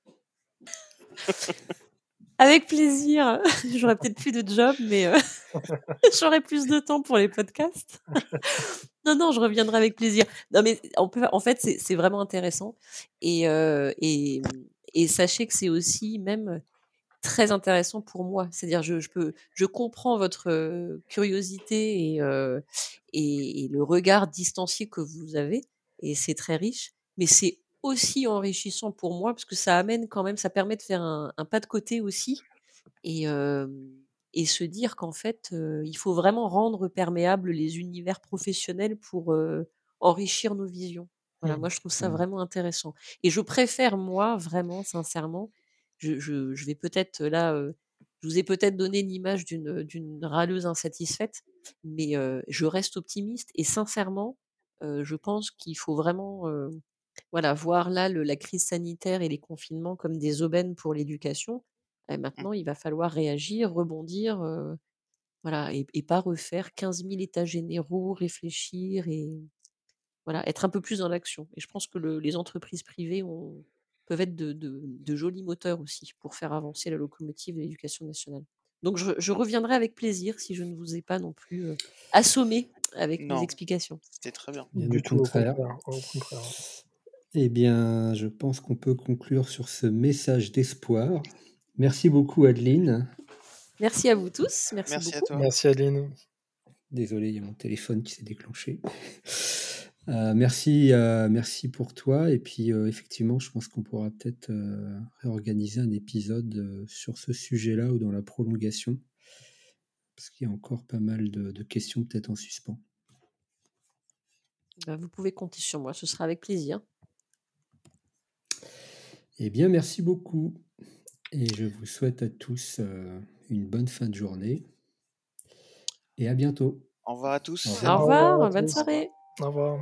Avec plaisir. J'aurais peut-être plus de job, mais j'aurai plus de temps pour les podcasts. Non, je reviendrai avec plaisir. Non, mais en fait, c'est vraiment intéressant et sachez que c'est aussi même très intéressant pour moi. C'est-à-dire je comprends votre, curiosité et le regard distancié que vous avez et c'est très riche, mais c'est aussi enrichissant pour moi parce que ça amène quand même ça permet de faire un pas de côté aussi et se dire qu'en fait, il faut vraiment rendre perméables les univers professionnels pour, enrichir nos visions. Voilà, moi je trouve ça Mmh. vraiment intéressant et je préfère moi vraiment sincèrement, je vais peut-être là, je vous ai peut-être donné l'image d'une râleuse insatisfaite, mais je reste optimiste et sincèrement, je pense qu'il faut vraiment, voilà, voir là la crise sanitaire et les confinements comme des aubaines pour l'éducation. Et Mmh. maintenant, il va falloir réagir, rebondir, voilà et pas refaire 15 000 états généraux, réfléchir et voilà, être un peu plus dans l'action et je pense que les entreprises privées peuvent être de jolis moteurs aussi pour faire avancer la locomotive de l'éducation nationale. Donc je reviendrai avec plaisir si je ne vous ai pas non plus, assommé avec mes Non, explications. c'était très bien. Bien Du au tout, au contraire. contraire. Au contraire. Eh bien, je pense qu'on peut conclure sur ce message d'espoir. Merci beaucoup, Adeline. Merci à vous tous, merci Merci à beaucoup. toi. Merci Aline. Désolé, il y a mon téléphone qui s'est déclenché. Merci pour toi. Et puis, effectivement, je pense qu'on pourra peut-être réorganiser un épisode sur ce sujet-là ou dans la prolongation, parce qu'il y a encore pas mal de questions peut-être en suspens. Bah, vous pouvez compter sur moi, ce sera avec plaisir. Eh bien, merci beaucoup. Et je vous souhaite à tous une bonne fin de journée. Et à bientôt. Au revoir à tous. Au Au revoir. revoir, à bonne tous. soirée. Au revoir.